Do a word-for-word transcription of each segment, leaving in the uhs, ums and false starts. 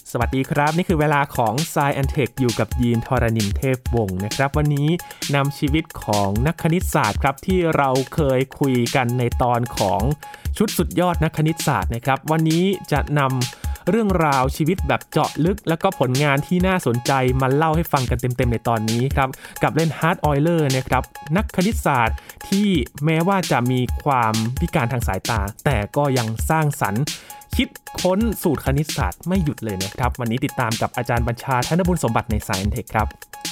สวัสดีครับนี่คือเวลาของ Science and Tech อยู่กับยีนทรณินเทพวงศ์นะครับวันนี้นำชีวิตของนักคณิตศาสตร์ครับที่เราเคยคุยกันในตอนของชุดสุดยอดนักคณิตศาสตร์นะครับวันนี้จะนำเรื่องราวชีวิตแบบเจาะลึกแล้วก็ผลงานที่น่าสนใจมาเล่าให้ฟังกันเต็มๆในตอนนี้ครับกับเลนฮาร์ดออยเลอร์นะครับนักคณิตศาสตร์ที่แม้ว่าจะมีความพิการทางสายตาแต่ก็ยังสร้างสรรค์คิดค้นสูตรคณิตศาสตร์ไม่หยุดเลยนะครับวันนี้ติดตามกับอาจารย์บัญชาธนบุญสมบัติใน Science Tech ครับ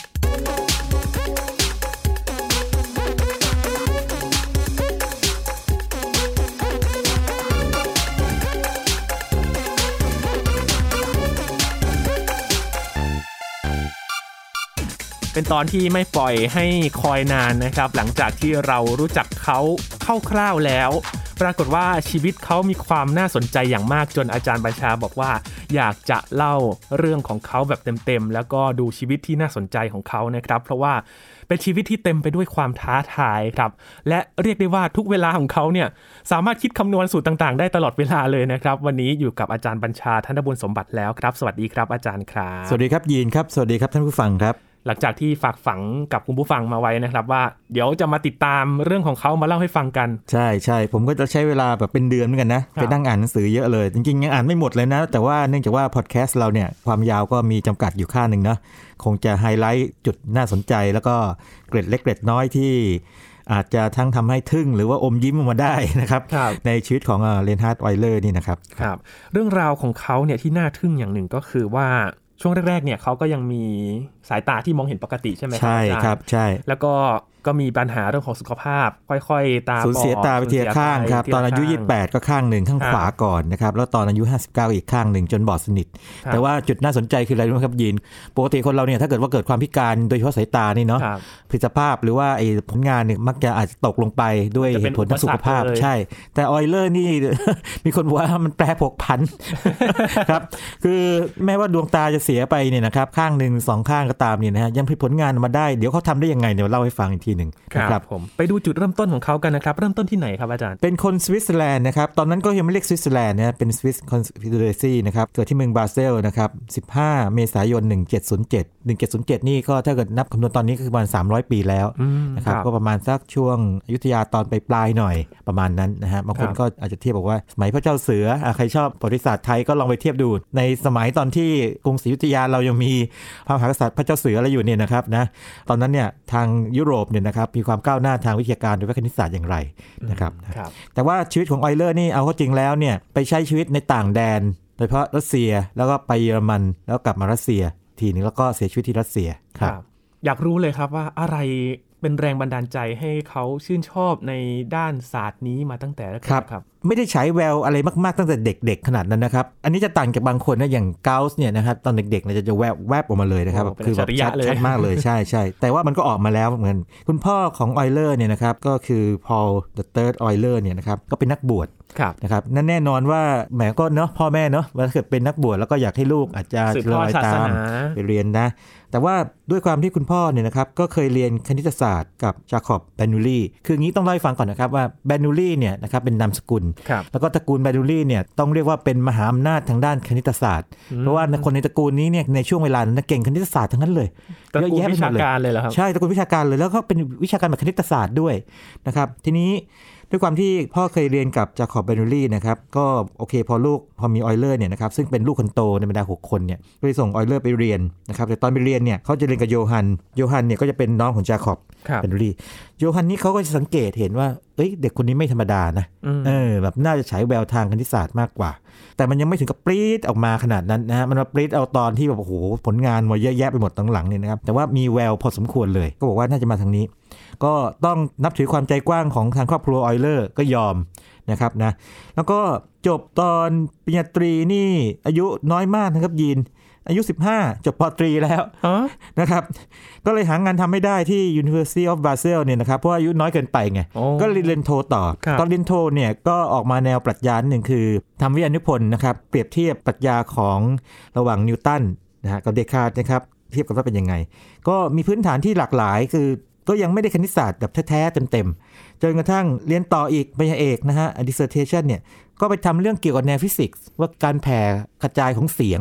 เป็นตอนที่ไม่ปล่อยให้คอยนานนะครับหลังจากที่เรารู้จักเขาคร่าวๆแล้วปรากฏว่าชีวิตเขามีความน่าสนใจอย่างมากจนอาจารย์บัญชาบอกว่าอยากจะเล่าเรื่องของเขาแบบเต็มๆแล้วก็ดูชีวิตที่น่าสนใจของเขานะครับเพราะว่าเป็นชีวิตที่เต็มไปด้วยความท้าทายครับและเรียกได้ว่าทุกเวลาของเขาเนี่ยสามารถคิดคำนวณสูตรต่างๆได้ตลอดเวลาเลยนะครับวันนี้อยู่กับอาจารย์บัญชาธนบุญสมบัติแล้วครับสวัสดีครับอาจารย์ครับสวัสดีครับยีนครับสวัสดีครับท่านผู้ฟังครับหลังจากที่ฝากฝังกับคุณผู้ฟังมาไว้นะครับว่าเดี๋ยวจะมาติดตามเรื่องของเขามาเล่าให้ฟังกันใช่ใช่ผมก็จะใช้เวลาแบบเป็นเดือนเหมือนกันนะไปนั่งอ่านหนังสือเยอะเลยจริงๆยังอ่านไม่หมดเลยนะแต่ว่าเนื่องจากว่าพอดแคสต์เราเนี่ยความยาวก็มีจำกัดอยู่ค่านึงนะคงจะไฮไลท์จุดน่าสนใจแล้วก็เกร็ดเล็กเกร็ดน้อยที่อาจจะทั้งทำให้ทึ่งหรือว่าอมยิ้มออกมาได้นะครับในชีวิตของเลนฮาร์ดออยเลอร์นี่นะครับครับเรื่องราวของเขาเนี่ยที่น่าทึ่งอย่างหนึ่งก็คือว่าช่วงแรกๆเนี่ยเขาก็ยังมีสายตาที่มองเห็นปกติใช่ไหมครับใช่ครับใช่แล้วก็ก็มีปัญหาเรื่องของสุขภาพค่อยๆตาบอดสูญเสียตาไปทีละข้างครับตอนอายุยี่สิบแปดก็ข้างหนึ่งข้างขวาก่อนนะครับแล้วตอนอายุห้าสิบเก้าอีกข้างหนึ่งจนบอดสนิทแต่ว่าจุดน่าสนใจคืออะไรรู้ไหมครับยีนปกติคนเราเนี่ยถ้าเกิดว่าเกิดความพิการโดยเฉพาะสายตานี่เนาะผิดสภาพหรือว่าไอ้ผลงานเนี่ยมักจะอาจจะตกลงไปด้วยเหตุผลทางสุขภาพใช่แต่ออยเลอร์นี่ มีคนบอกว่ามันแปรผกผัน ครับคือแม้ว่าดวงตาจะเสียไปเนี่ยนะครับข้างหนึ่งสองข้างก็ตามเนี่ยนะฮะยังผลงานมาได้เดี๋ยวเขาทำได้ยังไงเดี๋ยวเล่าให้ฟังอีกทีหนึ่งครับผมไปดูจุดเริ่มต้นของเขากันนะครับเริ่มต้นที่ไหนครับอาจารย์เป็นคนสวิตเซอร์แลนด์นะครับตอนนั้นก็ยังไม่เรียกสวิตเซอร์แลนด์นะเป็นสวิสคอนฟิเดเรซีนะครับเกิดที่เมืองบาเซลนะครับสิบห้าเมษายนหนึ่งพันเจ็ดร้อยเจ็ด หนึ่งพันเจ็ดร้อยเจ็ดนี่ก็ถ้าเกิดนับคำนวณตอนนี้ก็คือประมาณสามร้อยปีแล้วนะครับก็ประมาณสักช่วงอยุธยาตอนปลายๆหน่อยประมาณนั้นนะฮะบางคนก็อาจจะเทียบบอกว่าสมัยพระเจ้าเสือใครชอบประวัติศาสตร์ไทยก็ลองไปเทียบดูในสมัยตอนที่กรุงศรีอยุธยาเรายังมีพระมหากษัตริย์พระเจ้าเสืออะไรอยู่เนี่ยนะครับนะตอนนั้นเนี่ยทางยุโรปเนี่ยนะครับมีความก้าวหน้าทางวิทยาการโดยคณิตศาสตร์อย่างไรนะครับแต่ว่าชีวิตของออยเลอร์นี่เอาเข้าจริงแล้วเนี่ยไปใช้ชีวิตในต่างแดนโดยเฉพาะรัสเซียแล้วก็ไปเยอรมันแล้วกลับมารัสเซียทีนึงแล้วก็เสียชีวิตที่รัสเซียครับอยากรู้เลยครับว่าอะไรเป็นแรงบันดาลใจให้เขาชื่นชอบในด้านศาสตร์นี้มาตั้งแต่แรกครับไม่ได้ใช้แววอะไรมากๆตั้งแต่เด็กๆขนาดนั้นนะครับอันนี้จะต่างจากบางคนนะอย่างเกาส์เนี่ยนะครับตอนเด็กๆเนี่ยจะแวบแวบออกมาเลยนะครับคือแบบชัดชัดมากเลยใช่ใช่แต่ว่ามันก็ออกมาแล้วเหมือนคุณพ่อของออยเลอร์เนี่ยนะครับก็คือพอล the third Euler เนี่ยนะครับก็เป็นนักบวชนะครับนั่นแน่นอนว่าแหมก็เนาะพ่อแม่เนาะเวลาเกิดเป็นนักบวชแล้วก็อยากให้ลูกอาจจะลอยตามไปเรียนนะแต่ว่าด้วยความที่คุณพ่อเนี่ยนะครับก็เคยเรียนคณิตศาสตร์กับจาคอบแบนูลีคืองี้ต้องเล่าให้ฟังก่อนนะครับว่าแบนูลีเนี่ยนะครับเป็นนามสกุลแล้วก็ตระกูลแบนูลีเนี่ยต้องเรียกว่าเป็นมหาอำนาจทางด้านคณิตศาสตร์เพราะว่าคนในตระกูลนี้เนี่ยในช่วงเวลานั้นเก่งคณิตศาสตร์ทั้งนั้นเลยตระกูลวิชาการเลยเหรอครับใช่ตระกูลวิชาการเลยแล้วก็เป็นวิชาการแบบคณิตศาสตร์ด้วยนะครับทีนี้ด้วยความที่พ่อเคยเรียนกับจาคอบแบนูลีนะครับก็โอเคพอลูกพอมีออยเลอร์เนี่ยนะครับซึ่งเป็นลูกคนโตในบรรดาหกคนเนี่ยก็เลยส่งออยเลอร์ไปเรียนนะครับแต่ตอนไปเรียนเนี่ยเขาจะเรียนกับโยฮันโยฮันเนี่ยก็จะเป็นน้องของจาคอบแบนูลีโยฮันนี่เขาก็จะสังเกตเห็นว่าเอ้ยเด็กคนนี้ไม่ธรรมดานะเออแบบน่าจะฉายแววทางคณิตศาสตร์มากกว่าแต่มันยังไม่ถึงกับปรี๊ดออกมาขนาดนั้นนะฮะมันมาปรี๊ดเอาตอนที่แบบโอ้โหผลงานมาเยอะแยะไปหมดตั้งหลังเนี่ยนะครับแต่ว่ามีแววพอสมควรเลยก็บอกว่าน่าจะมาทางนี้ก็ต้องนับถือความใจกว้างของทางครอบครัวออยเลอร์ก็ยอมนะครับนะแล้วก็จบตอนปริญญาตรีนี่อายุน้อยมากนะครับยีนอายุสิบห้าจบป.ตรีแล้วนะครับก็เลยหางานทำไม่ได้ที่ University of Basel เนี่ยนะครับเพราะอายุน้อยเกินไปไงก็เรียนโทต่อตอนเรียนโทเนี่ยก็ออกมาแนวปรัชญาหนึ่งคือทำวิทยานิพนธ์นะครับเปรียบเทียบปรัชญาของระหว่างนิวตันนะฮะกับเดคาร์ตนะครับเทียบกันว่าเป็นยังไงก็มีพื้นฐานที่หลากหลายคือก็ยังไม่ได้คณิตศาสตร์แบบแท้ๆเต็มๆจนกระทั่งเรียนต่ออีกปริญญาเอกนะฮะ dissertation เนี่ยก็ไปทำเรื่องเกี่ยวกับแนวฟิสิกส์ว่าการแผ่กระจายของเสียง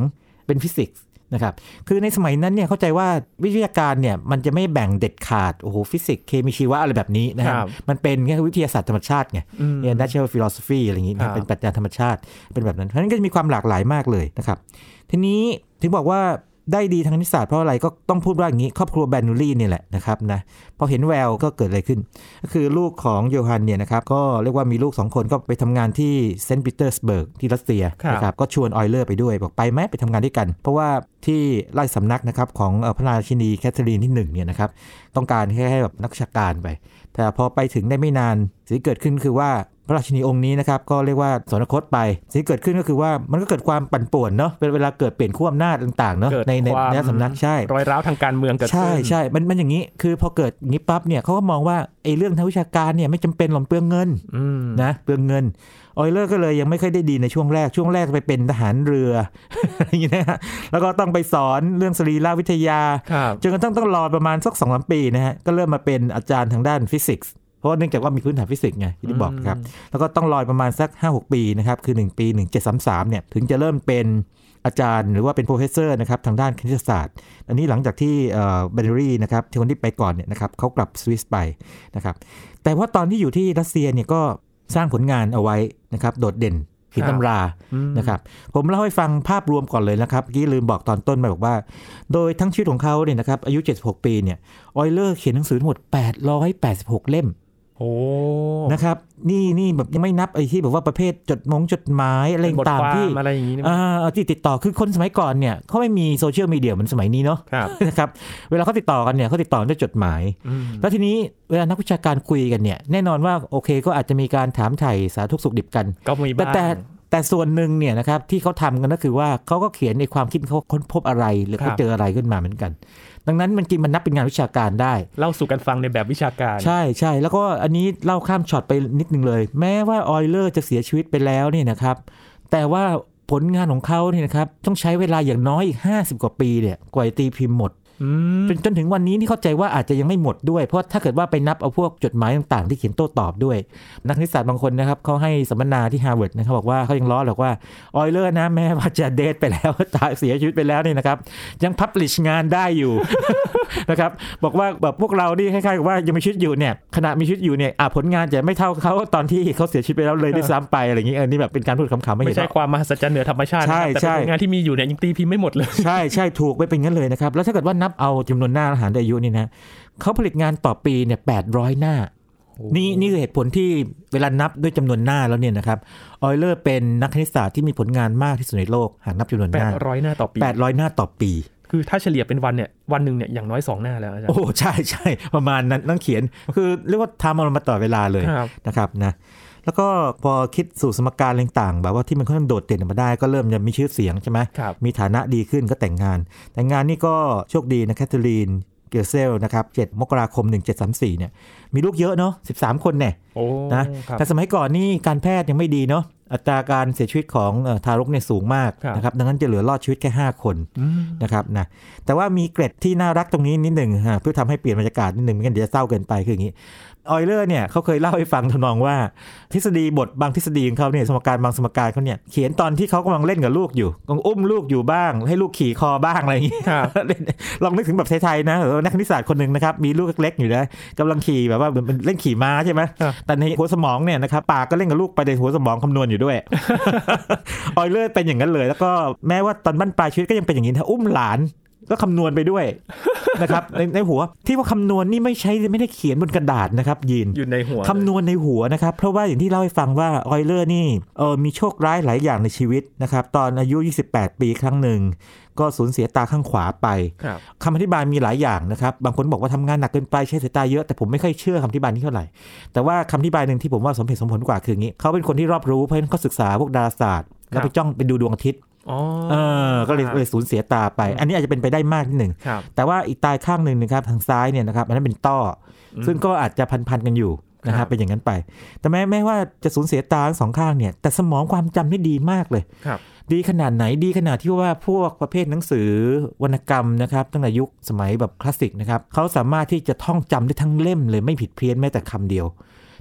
เป็นฟิสิกส์นะครับคือในสมัยนั้นเนี่ยเข้าใจว่าวิทยาการเนี่ยมันจะไม่แบ่งเด็ดขาดโอ้โหฟิสิกส์เคมีชีวะอะไรแบบนี้นะครับมันเป็นแค่วิทยาศาสตร์ธรรมชาติไงเนี่ย natural philosophy อะไรอย่างนี้เป็นปรัชญาธรรมชาติเป็นแบบนั้นเพราะฉะนั้นก็จะมีความหลากหลายมากเลยนะครับทีนี้ถึงบอกว่าได้ดีทางคณิตศาสตร์เพราะอะไรก็ต้องพูดว่าอย่างนี้ครอบครัวแบนนูรี่นี่แหละนะครับนะพอเห็นแววก็เกิดอะไรขึ้นก็คือลูกของโยฮันเนี่ยนะครับก็เรียกว่ามีลูกสองคนก็ไปทำงานที่เซนต์ปีเตอร์สเบิร์กที่รัสเซียนะครับก็ชวนออยเลอร์ไปด้วยบอกไปไหมไปทำงานด้วยกันเพราะว่าที่ราชสำนักนะครับของพระราชินีแคทเธอรีนที่หนึ่งเนี่ยนะครับต้องการแค่ให้แบบนักวิชาการไปแต่พอไปถึงได้ไม่นานสิ่งที่เกิดขึ้นคือว่าพระราชินีองค์นี้นะครับก็เรียกว่าสวรรคตไปสิ่งที่เกิดขึ้นก็คือว่ามันก็เกิดความปั่นป่วนเนาะเป็นเวลาเกิดเปลี่ยนขั้วอำนาจต่างๆเนาะในในในสำนักใช่รอยร้าวทางการเมืองเกิดขึ้นใช่ใช่มันมันอย่างนี้คือพอเกิดอย่างนี้ปั๊บเนี่ยเขาก็มองว่าไอ้เรื่องทางวิชาการเนี่ยไม่จำเป็นหรอกเปลืองเงินนะเปลืองเงินออยเลอร์ก็เลยยังไม่ค่อยได้ดีในช่วงแรกช่วงแรกไปเป็นทหารเรืออย่างนี้นะแล้วก็ต้องไปสอนเรื่องสรีรวิทยาจนกระทั่งต้องรอประมาณสัก สองถึงสาม ปีนะฮะก็เริ่มมาเป็นอาจารย์ทางด้านฟิสิกส์เพราะเนื่องจากว่ามีพื้นฐานฟิสิกส์ไงที่บอกครับแล้วก็ต้องรอประมาณสัก ห้าหก ปีนะครับคือหนึ่งปีหนึ่งพันเจ็ดร้อยสามสิบสามเนี่ยถึงจะเริ่มเป็นอาจารย์หรือว่าเป็นโปรเฟสเซอร์นะครับทางด้านคณิตศาสตร์อันนี้หลังจากที่เอ่อเบนเนอรี่นะครับที่คนที่ไปก่อนเนี่ยนะครับเขากลับสวิสไปนะครับแต่ว่าตอนที่อยู่ที่รัสเซียเนี่ยก็สร้างผลงานเอาไว้นะครับโดดเด่นขีดตำรานะครับผมเล่าให้ฟังภาพรวมก่อนเลยนะครับเมื่อกี้ลืมบอกตอนต้นไปบอกว่าโดยทั้งชีวิตของเขาเนี่ยนะครับอายุเจ็ดสิบหกปีเนี่ยออยเลอร์เขียนหนังสือทั้งหมดแปดร้อยแปดสิบหกเล่มโอ้นะครับนี่นี่แบบยังไม่นับไอ้ที่แบบว่าประเภทจดมงจดหมายอะไรต่างๆที่อะไรอย่างนี้อ่าที่ติดต่อคือคนสมัยก่อนเนี่ยเขาไม่มีโซเชียลมีเดียเหมือนสมัยนี้เนาะนะครับเวลาเขาติดต่อกันเนี่ยเขาติดต่อด้วยจดหมายแล้วทีนี้เวลานักวิชาการคุยกันเนี่ยแน่นอนว่าโอเคก็อาจจะมีการถามไถ่สารทุกข์สุขดิบกันก็มีบ้างแต่แต่ส่วนหนึ่งเนี่ยนะครับที่เขาทำกันก็คือว่าเขาก็เขียนในความคิดเขาค้นพบอะไรหรือเขาเจออะไรขึ้นมาเหมือนกันดังนั้นมันกินมันนับเป็นงานวิชาการได้เล่าสู่กันฟังในแบบวิชาการใช่ใช่แล้วก็อันนี้เล่าข้ามช็อตไปนิดนึงเลยแม้ว่าออยเลอร์จะเสียชีวิตไปแล้วเนี่ยนะครับแต่ว่าผลงานของเขาเนี่ยนะครับต้องใช้เวลาอย่างน้อยอีกห้าสิบกว่าปีเนี่ยกว่าจะตีพิมพ์หมดจนจนถึงวันนี้ที่เข้าใจว่าอาจจะยังไม่หมดด้วยเพราะถ้าเกิดว่าไปนับเอาพวกจดหมายต่างๆที่เขียนโต้ตอบด้วยนักคณิตศาสตร์บางคนนะครับเขาให้สัมมนาที่ฮาร์วาร์ดนะครับบอกว่าเขายังล้อหรอกว่าออยเลอร์นะแม้ว่าจะเดทไปแล้วตายเสียชีวิตไปแล้วเนี่ยนะครับยังพับลิชงานได้อยู่ นะครับบอกว่าแบบพวกเรานี่คล้ายๆกับว่ายังมีชีวิตอยู่เนี่ยขณะมีชีวิตอยู่เนี่ยผลงานจะไม่เท่าเขาตอนที่เขาเสียชีวิตไปแล้วเลยด้วยซ้ำไปอะไรอย่างนี้เออนี่แบบเป็นการพูดขำๆไม่ใช่ความมหัศจรรย์เหนือธรรมชาติแต่ผลงานที่มีอยู่เนี่ยยังตีพิมพ์ไม่หมดเลยใช่ใช่ถูกไม่เป็นงั้นเลยนะครับแล้วถ้าเกิดว่านับเอาจำนวนหน้าอาหารอายุนี่นะเขาผลิตงานต่อปีเนี่ยแปดร้อยหน้านี่นี่คือเหตุผลที่เวลานับด้วยจำนวนหน้าแล้วเนี่ยนะครับออยเลอร์เป็นนักคณิตศาสตร์ที่มีผลงานมากที่สุดในโลกหากนับจำนวนหน้าแปดร้อยหน้าต่อปีแปดร้อยหน้าต่อปีคือถ้าเฉลี่ยเป็นวันเนี่ยวันนึงเนี่ยอย่างน้อยสองหน้าแล้วอาจารย์โอ้ใช่ใช่ประมาณนั้นต้องเขียนคือเรียกว่าทำมันมาต่อเวลาเลยนะครับนะแล้วก็พอคิดสู่สมการต่างๆแบบว่าที่มันค่อนข้างโดดเด่นมาได้ก็เริ่มจะมีชื่อเสียงใช่ไหมมีฐานะดีขึ้นก็แต่งงานแต่งงานนี่ก็โชคดีนะแคทเธอรีนเกลเซลนะครับเจ็ดมกราคมหนึ่งพันเจ็ดร้อยสามสิบสี่เนี่ยมีลูกเยอะเนาะสิบสามคนเนี่ยนะแต่สมัยก่อนนี่การแพทย์ยังไม่ดีเนาะอัตราการเสียชีวิตของทารกเนี่ยสูงมากนะครับดังนั้นจะเหลือรอดชีวิตแค่ห้าคนนะครับนะแต่ว่ามีเกร็ดที่น่ารักตรงนี้นิดหนึ่งเพื่อทำให้เปลี่ยนบรรยากาศนิดหนึ่งไม่งั้นเดี๋ยวจะเศร้าเกินไปคืออย่างนี้ออยเลอร์เนี่ยเขาเคยเล่าให้ฟังทำนองว่าทฤษฎีบทบางทฤษฎีของเขาเนี่ยสมการบางสมการเขาเนี่ยเขียนตอนที่เขากำลังเล่นกับลูกอยู่กำลังอุ้มลูกอยู่บ้างให้ลูกขี่คอบ้างอะไรอย่างนี้ลองนึกถึงแบบไทยๆนะนักคณิตศาสตร์คนนึงนะครับมีลูกเล็กๆอยู่นะกำลังขี่แบบว่ามันเล่นขี่ม้าใช่ไหมแต่ในหัวสมองเนี่ยนะครับปากก็เล่นกับลูกไปในหัวสมองคำนวณอยู่ด้วยออยเลอร์เป็นอย่างนั้นเลยแล้วก็แม้ว่าตอนบั้นปลายชีวิตก็ยังเป็นอย่างนี้ถ้าอุ้มหลานก็คำนวณไปด้วยนะครับในในหัวที่ว่าคำนวณนี่ไม่ใช่ไม่ได้เขียนบนกระดาษนะครับยีนอยู่ในหัวคำนวณในหัวนะครับเพราะว่าอย่างที่เล่าให้ฟังว่าออยเลอร์นี่เออมีโชคร้ายหลายอย่างในชีวิตนะครับตอนอายุยี่สิบแปดปีครั้งหนึ่งก็สูญเสียตาข้างขวาไปคำอธิบายมีหลายอย่างนะครับบางคนบอกว่าทำงานหนักเกินไปใช้สายตาเยอะแต่ผมไม่ค่อยเชื่อคำอธิบายนี้เท่าไหร่แต่ว่าคำอธิบายหนึ่งที่ผมว่าสมเหตุสมผลกว่าคืออย่างนี้เขาเป็นคนที่รอบรู้เพราะฉะนั้นเขาศึกษาพวกดาราศาสตร์แล้วไปจ้องไปดูดวงอาทิตย์เออก็เลยเลยสูญเสียตาไปอันนี้อาจจะเป็นไปได้มากนิดหนึ่งแต่ว่าอีกตาข้างหนึ่งนะครับทางซ้ายเนี่ยนะครับอันนั้นเป็นต้อซึ่งก็อาจจะพันๆกันอยู่นะครับเป็นอย่างนั้นไปแต่แม้แม้ว่าจะสูญเสียตาทั้งสองข้างเนี่ยแต่สมองความจำนี่ดีมากเลยดีขนาดไหนดีขนาดที่ว่าพวกประเภทหนังสือวรรณกรรมนะครับตั้งแต่ยุคสมัยแบบคลาสสิกนะครับเขาสามารถที่จะท่องจำได้ทั้งเล่มเลยไม่ผิดเพี้ยนแม้แต่คำเดียว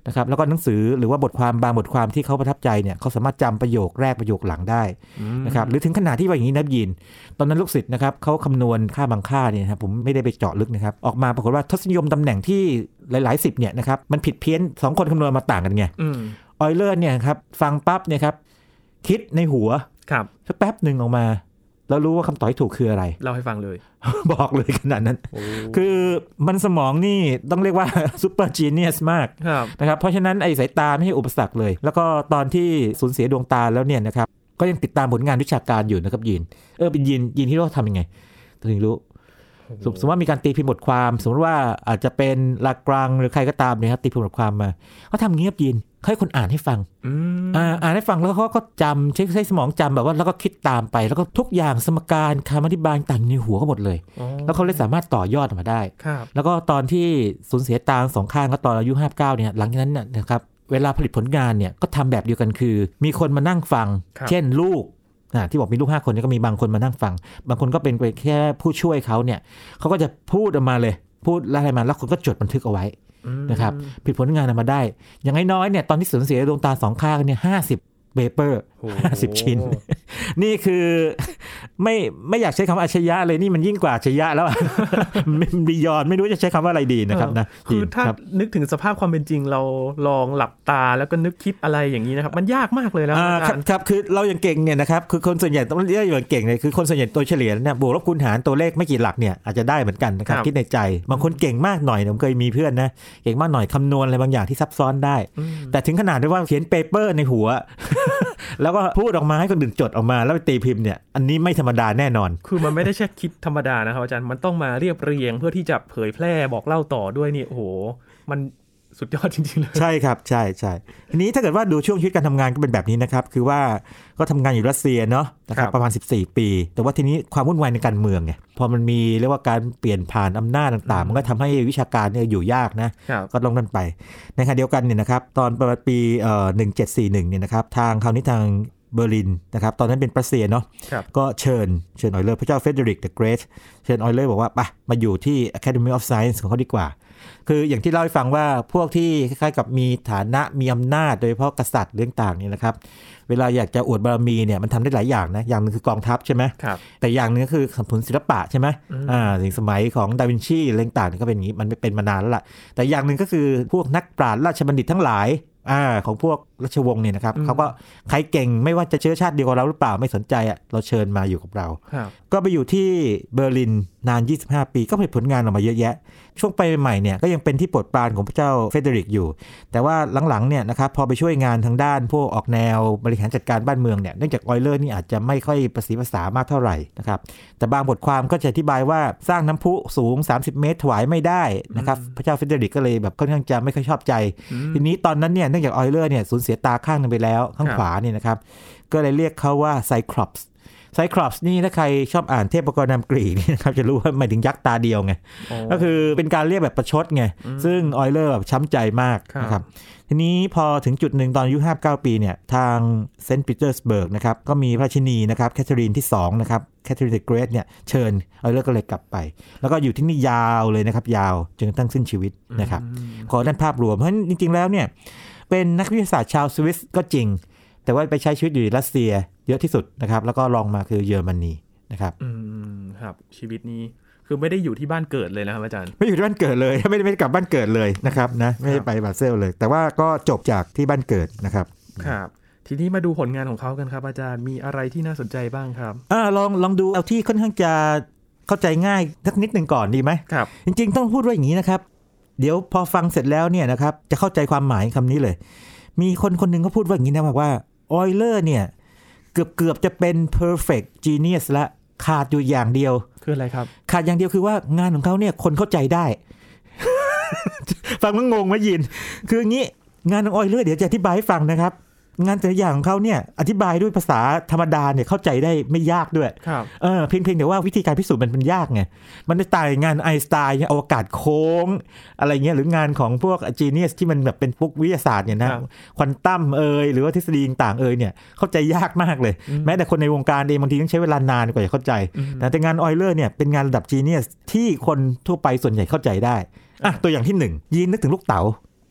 นะครับแล้วก็หนังสือหรือว่าบทความบางบทความที่เขาประทับใจเนี่ยเขาสามารถจำประโยคแรกประโยคหลังได้นะครับหรือถึงขนาดที่ว่าอย่างนี้นะยินตอนนั้นลูกศิษย์นะครับเขาคำนวณค่าบางค่าเนี่ยครับผมไม่ได้ไปเจาะลึกนะครับออกมาปรากฏว่าทศนิยมตำแหน่งที่หลายๆสิบเนี่ยนะครับมันผิดเพี้ยนสองคนคำนวณมาต่างกันไงออยเลอร์เนี่ยครับฟังปั๊บเนี่ยครับคิดในหัวสักแป๊บหนึ่งออกมาแล้วรู้ว่าคำตอบที่ถูกคืออะไรเล่าให้ฟังเลยบอกเลยขนาดนั้นคือมันสมองนี่ต้องเรียกว่าซูเปอร์จีเนียสมากนะครับเพราะฉะนั้นไอ้สายตาไม่ใช่อุปสรรคเลยแล้วก็ตอนที่สูญเสียดวงตาแล้วเนี่ยนะครับก็ยังติดตามผลงานวิชาการอยู่นะครับยินเออเป็นยินยินที่เราทำยังไงถึงรู้สมมติว่ามีการตีพิมพ์บทความสมมติว่าอาจจะเป็นลากรังหรือใครก็ตามนะครับตีพิมพ์บทความมาเขาทำเงียบยินให้คนอ่านให้ฟังอ่าอ่านให้ฟังแล้วเขาก็จำใช้ใช้สมองจำแบบว่าแล้วก็คิดตามไปแล้วก็ทุกอย่างสมการคำอธิบายต่างในหัวเขาหมดเลยแล้วเขาเลยสามารถต่อยอดออกมาได้แล้วก็ตอนที่สูญเสียตาสองข้างก็ตอนอายุห้าสิบเก้าเนี่ยหลังจากนั้นนะครับเวลาผลิตผลงานเนี่ยก็ทำแบบเดียวกันคือมีคนมานั่งฟังเช่นลูกที่บอกมีลูกห้าคนก็มีบางคนมานั่งฟังบางคนก็เป็นแค่ผู้ช่วยเขาเนี่ยเขาก็จะพูดออกมาเลยพูดอะไรมาแล้วคนก็จดบันทึกเอาไว้นะครับผลิตผลงานออกมาได้อย่างน้อยๆเนี่ยตอนที่สูญเสียดวงตาสองข้างเนี่ยห้าสิบเปเปอร์ห้าสิบชิ้นนี่คือไม่ไม่อยากใช้คำว่าอัจฉริยะเลยนี่มันยิ่งกว่าอัจฉริยะแล้วมันบียอนไม่รู้จะใช้คำว่าอะไรดีนะครับนะคือถ้านึกถึงสภาพความเป็นจริงเราลองหลับตาแล้วก็นึกคิดอะไรอย่างนี้นะครับมันยากมากเลยแล้วอาจารย์ครับคือเราอย่างเก่งเนี่ยนะครับคือคนส่วนใหญ่ต้องเรียกอย่างเก่งเลยคือคนส่วนใหญ่ตัวเฉลี่ยเนี่ยบวกลบคูณหารตัวเลขไม่กี่หลักเนี่ยอาจจะได้เหมือนกันนะครับคิดในใจบางคนเก่งมากหน่อยผมเคยมีเพื่อนนะเก่งมากหน่อยคำนวณอะไรบางอย่างที่ซับซ้อนได้แต่ถึงขนาดที่ว่าเขียนเปเปอร์ในหัวแล้วก็พูดออกมาให้คนอื่นจดออกมาแล้วไปตีพิมพ์เนี่ยอันนี้ไม่ธรรมดาแน่นอนคือมันไม่ได้แค่คิดธรรมดานะครับอาจารย์มันต้องมาเรียบเรียงเพื่อที่จะเผยแพร่บอกเล่าต่อด้วยนี่โอ้โหมันสุดยอดจริงๆเลยใช่ครับใช่ใช่ทีนี้ถ้าเกิดว่าดูช่วงชีวิตการทำงานก็เป็นแบบนี้นะครับคือว่าก็ทำงานอยู่รัสเซียเนาะนะครับประมาณสิบสี่ปีแต่ว่าทีนี้ความวุ่นวายในการเมืองไงพอมันมีเรียกว่าการเปลี่ยนผ่านอำนาจต่างๆมันก็ทำให้วิชาการเนี่ยอยู่ยากนะก็ลงนั่นไปในขณะเดียวกันเนี่ยนะครับตอนประมาณปีเอ่อหนึ่งพันเจ็ดร้อยสี่สิบเอ็ดเนี่ยนะครับทางคราวนี้ทางเบอร์ลินนะครับตอนนั้นเป็นรัสเซียเนาะก็เชิญเชิญออยเลอร์พระเจ้าเฟเดริกเดอะเกรทเชิญออยเลอร์บอกว่าไปมาอยู่ที่ Academy of Science ของเขาดีกว่าคืออย่างที่เล่าให้ฟังว่าพวกที่คล้ายๆกับมีฐานะมีอำนาจโดยเฉพาะกษัตริย์เรื่องต่างนี่นะครับเวลาอยากจะอวดบารมีเนี่ยมันทำได้หลายอย่างนะอย่างนึงคือกองทัพใช่ไหมแต่อย่างนึงก็คือสนับสนุนศิลปะใช่ไหมอ่าอย่างสมัยของดาวินชีเรื่องต่างนี่ก็เป็นอย่างนี้มันเป็นมานานแล้วล่ะแต่อย่างนึงก็คือพวกนักปราชญ์ราชบัณฑิตทั้งหลายอ่าของพวกราชวงศ์เนี่ยนะครับเขาก็ใครเก่งไม่ว่าจะเชื้อชาติเดียวกับเราหรือเปล่าไม่สนใจอ่ะเราเชิญมาอยู่กับเราก็ไปอยู่ที่เบอร์ลินนานยี่สิบห้าปีก็ผลิตผลงานออกมาเยอะแยะช่วงไปใหม่เนี่ยก็ยังเป็นที่โปรดปรานของพระเจ้าเฟเดริกอยู่แต่ว่าหลังๆเนี่ยนะครับพอไปช่วยงานทางด้านพวกออกแนวบริหารจัดการบ้านเมืองเนี่ยเนื่องจากออยเลอร์นี่อาจจะไม่ค่อยประสีภาษามากเท่าไหร่นะครับแต่บางบทความก็จะอธิบายว่าสร้างน้ำพุสูงสามสิบเมตรถวายไม่ได้นะครับพระเจ้าเฟเดริกก็เลยแบบค่อนข้างจะไม่ค่อยชอบใจทีนี้ตอนนั้นเนี่ยเนื่องจากออยเลอร์เนี่ยสูญเสียตาข้างนึงไปแล้วข้างขวานี่นะครับก็เลยเรียกเขาว่าไซคลอปส์ไซคลอปส์นี่ถ้าใครชอบอ่านเทพกรนามกรีกนี่นะครับจะรู้ว่าหมายถึงยักษ์ตาเดียวไงก็คือเป็นการเรียกแบบประชดไงซึ่งออยเลอร์แบบช้ำใจมากนะครับทีนี้พอถึงจุดหนึ่งตอนอายุห้าสิบเก้าปีเนี่ยทางเซนต์ปีเตอร์สเบิร์กนะครับก็มีพระราชินีนะครับแคทเธอรีนที่สองนะครับแคทเธอรีนเดอะเกรทเนี่ยเชิญออยเลอร์ก็เลยกลับไปแล้วก็อยู่ที่นี่ยาวเลยนะครับยาวจนกระทั่งสิ้นชีวิตนะครับขอด้านภาพรวมเพราะฉะนั้นจริงๆแล้วเนี่ยเป็นนักวิทยาศาสตร์ชาวสวิสก็จริงแต่ว่าไปใช้ชีวิตอยู่ในรัสเซียเยอะที่สุดนะครับแล้วก็ลองมาคือเยอรมนีนะครับอืมครับชีวิตนี้คือไม่ได้อยู่ที่บ้านเกิดเลยนะครับอาจารย์ไม่อยู่ที่บ้านเกิดเลยไม่ได้ไม่ได้กลับบ้านเกิดเลยนะครับนะไม่ได้ไปบาเซลเลยแต่ว่าก็จบจากที่บ้านเกิดนะครับครับทีนี้มาดูผลงานของเขากันครับอาจารย์มีอะไรที่น่าสนใจบ้างครับอ่าลองลองดูเอาที่ค่อนข้างจะเข้าใจง่ายสักนิดนึงก่อนดีไหมครับจริงๆต้องพูดว่าอย่างนี้นะครับเดี๋ยวพอฟังเสร็จแล้วเนี่ยนะครับจะเข้าใจความหมายคำนี้เลยมีคนคนหนึ่งเขาพูดว่าอย่างนี้นะบอกว่าออยเลอร์เนี่ยเกือบเกือบจะเป็น perfect genius ละขาดอยู่อย่างเดียวคืออะไรครับขาดอย่างเดียวคือว่างานของเขาเนี่ยคนเข้าใจได้ ฟังมันงงไหมยินคืออย่างนี้งานของออยเลอร์เดี๋ยวจะอธิบายให้ฟังนะครับงานแต่ละอย่างของเขาเนี่ยอธิบายด้วยภาษาธรรมดาเนี่ยเข้าใจได้ไม่ยากด้วยเออเพียงเพียงแต่ว่าวิธีการพิสูจน์มันเป็นยากไงมันจะต่างงานไอน์สไตน์เนี่ยอวกาศโค้งอะไรเงี้ยหรืองานของพวกจีเนียสที่มันแบบเป็นพวกวิทยาศาสตร์เนี่ยนะควอนตัมเอยหรือว่าทฤษฎีต่างๆเอยเนี่ยเข้าใจยากมากเลยแม้แต่คนในวงการเองบางทีต้องใช้เวลานานกว่าจะเข้าใจแต่งานออยเลอร์เนี่ยเป็นงานระดับจีเนียสที่คนทั่วไปส่วนใหญ่เข้าใจได้อ่ะตัวอย่างที่หนึ่งยีนนึกถึงลูกเต๋า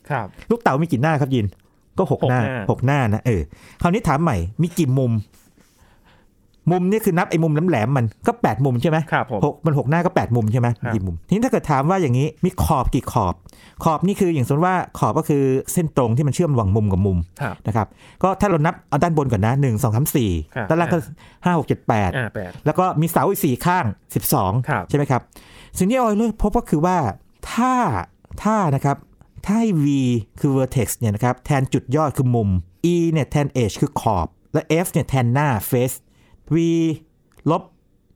ครับลูกเต๋ามีกี่หน้าครับยินก็หกหน้าหกหน้านะเออคราวนี้ถามใหม่มีกี่มุมมุมนี่คือนับไอ้มุมแหลมๆมันก็แปดมุมใช่ไหมครับผมหกมันหกหน้าก็แปดมุมใช่ไหมกี่มุมทีนี้ถ้าเกิดถามว่าอย่างนี้มีขอบกี่ขอบขอบนี่คืออย่างสมมติว่าขอบก็คือเส้นตรงที่มันเชื่อมระหว่างมุมกับมุมนะครับก็ถ้าเรานับเอาด้านบนก่อนนะหนึ่ง สอง สาม สี่ด้านล่างก็ห้า หก เจ็ด แปดแล้วก็มีเสาอีกสี่ข้างสิบสองใช่ไหมครับสิ่งที่ออยเลอร์พบก็คือว่าถ้าถ้านะครับถ้าให้ v คือ vertex เนี่ยนะครับแทนจุดยอดคือมุม e เนี่ยแทน edge คือขอบและ f เนี่ยแทนหน้า face v ลบ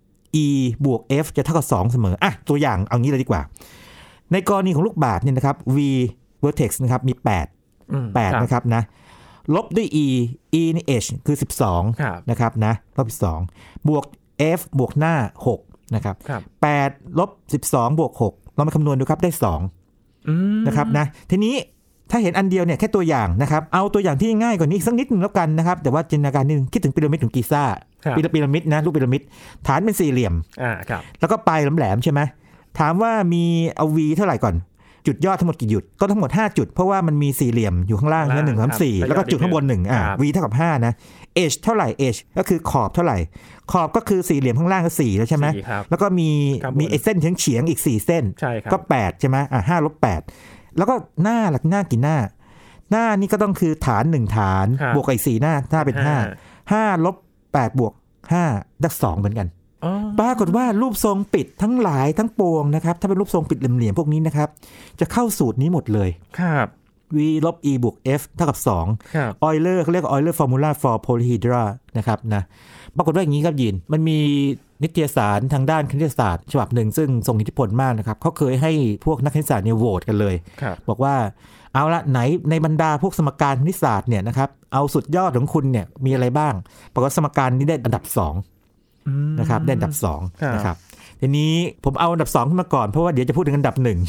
e บวก f จะเท่ากับสองเสมออ่ะตัวอย่างเอางี้เลยดีกว่าในกรณีของลูกบาศก์เนี่ยนะครับ v vertex นะครับมีแปด แปดนะครับนะลบด้วย e e นี่ h คือสิบสองนะครับนะลบสิบสองบวก f บวกหน้าหกนะครับแปดลบสิบสองบวกหกเรามาคำนวณดูครับได้สองนะครับนะทีนี้ถ้าเห็นอันเดียวเนี่ยแค่ตัวอย่างนะครับเอาตัวอย่างที่ง่ายกว่านี้สักนิดนึงแล้วกันนะครับแต่ว่าจินตนาการนิดนึงคิดถึงพีระมิดของกิซ่าพีระมิดนะรูปพีระมิดฐานเป็นสี่เหลี่ยมแล้วก็ปลายแหลมๆใช่ไหมถามว่ามีเอา v เท่าไหร่ก่อนจุดยอดทั้งหมดกี่จุดก็ทั้งหมดห้าจุดเพราะว่ามันมีสี่เหลี่ยมอยู่ข้างล่างนะหนึ่ง สาม สี่แล้วก็จุดข้างบนหนึ่งอ่า v เท่ากับห้านะ h เท่าไหร่ h ก็คือขอบเท่าไหร่ขอบก็คือสี่เหลี่ยมข้างล่างก็สี่แล้วใช่ไหมแล้วก็มีมีไอ้เส้นเฉียงๆอีกสี่เส้นก็แปดใช่ไหมอ่าห้าลบแปดแล้วก็หน้าหลักหน้ากี่หน้าหน้านี่ก็ต้องคือฐานหนึ่งฐานบวกอีกสี่หน้าหน้าเป็นห้า ห้าลบแปดบวกห้าได้สองเหมือนกันปรากฏว่ารูปทรงปิดทั้งหลายทั้งปวงนะครับถ้าเป็นรูปทรงปิดเหลี่ยมๆพวกนี้นะครับจะเข้าสูตรนี้หมดเลยครับ v ลบ e บวก f เท่ากับสองออยเลอร์เขาเรียกว่า Euler formula for polyhedra นะครับนะปรากฏว่าอย่างนี้ครับยินมันมีนิตยสารทางด้านคณิตศาสตร์ฉบับหนึ่งซึ่งทรงอิทธิพลมากนะครับเขาเคยให้พวกนักคณิตศาสตร์เนี่ยโหวตกันเลยบอกว่าเอาละไหนในบรรดาพวกสมการคณิตศาสตร์เนี่ยนะครับเอาสุดยอดของคุณเนี่ยมีอะไรบ้างปรากฏสมการนี้ได้อันดับสองนะครับได้อันดับสองนะครับทีนี้ผมเอาอันดับสองขึ้นมาก่อนเพราะว่าเดี๋ยวจะพูดถึงอันดับหนึ่ง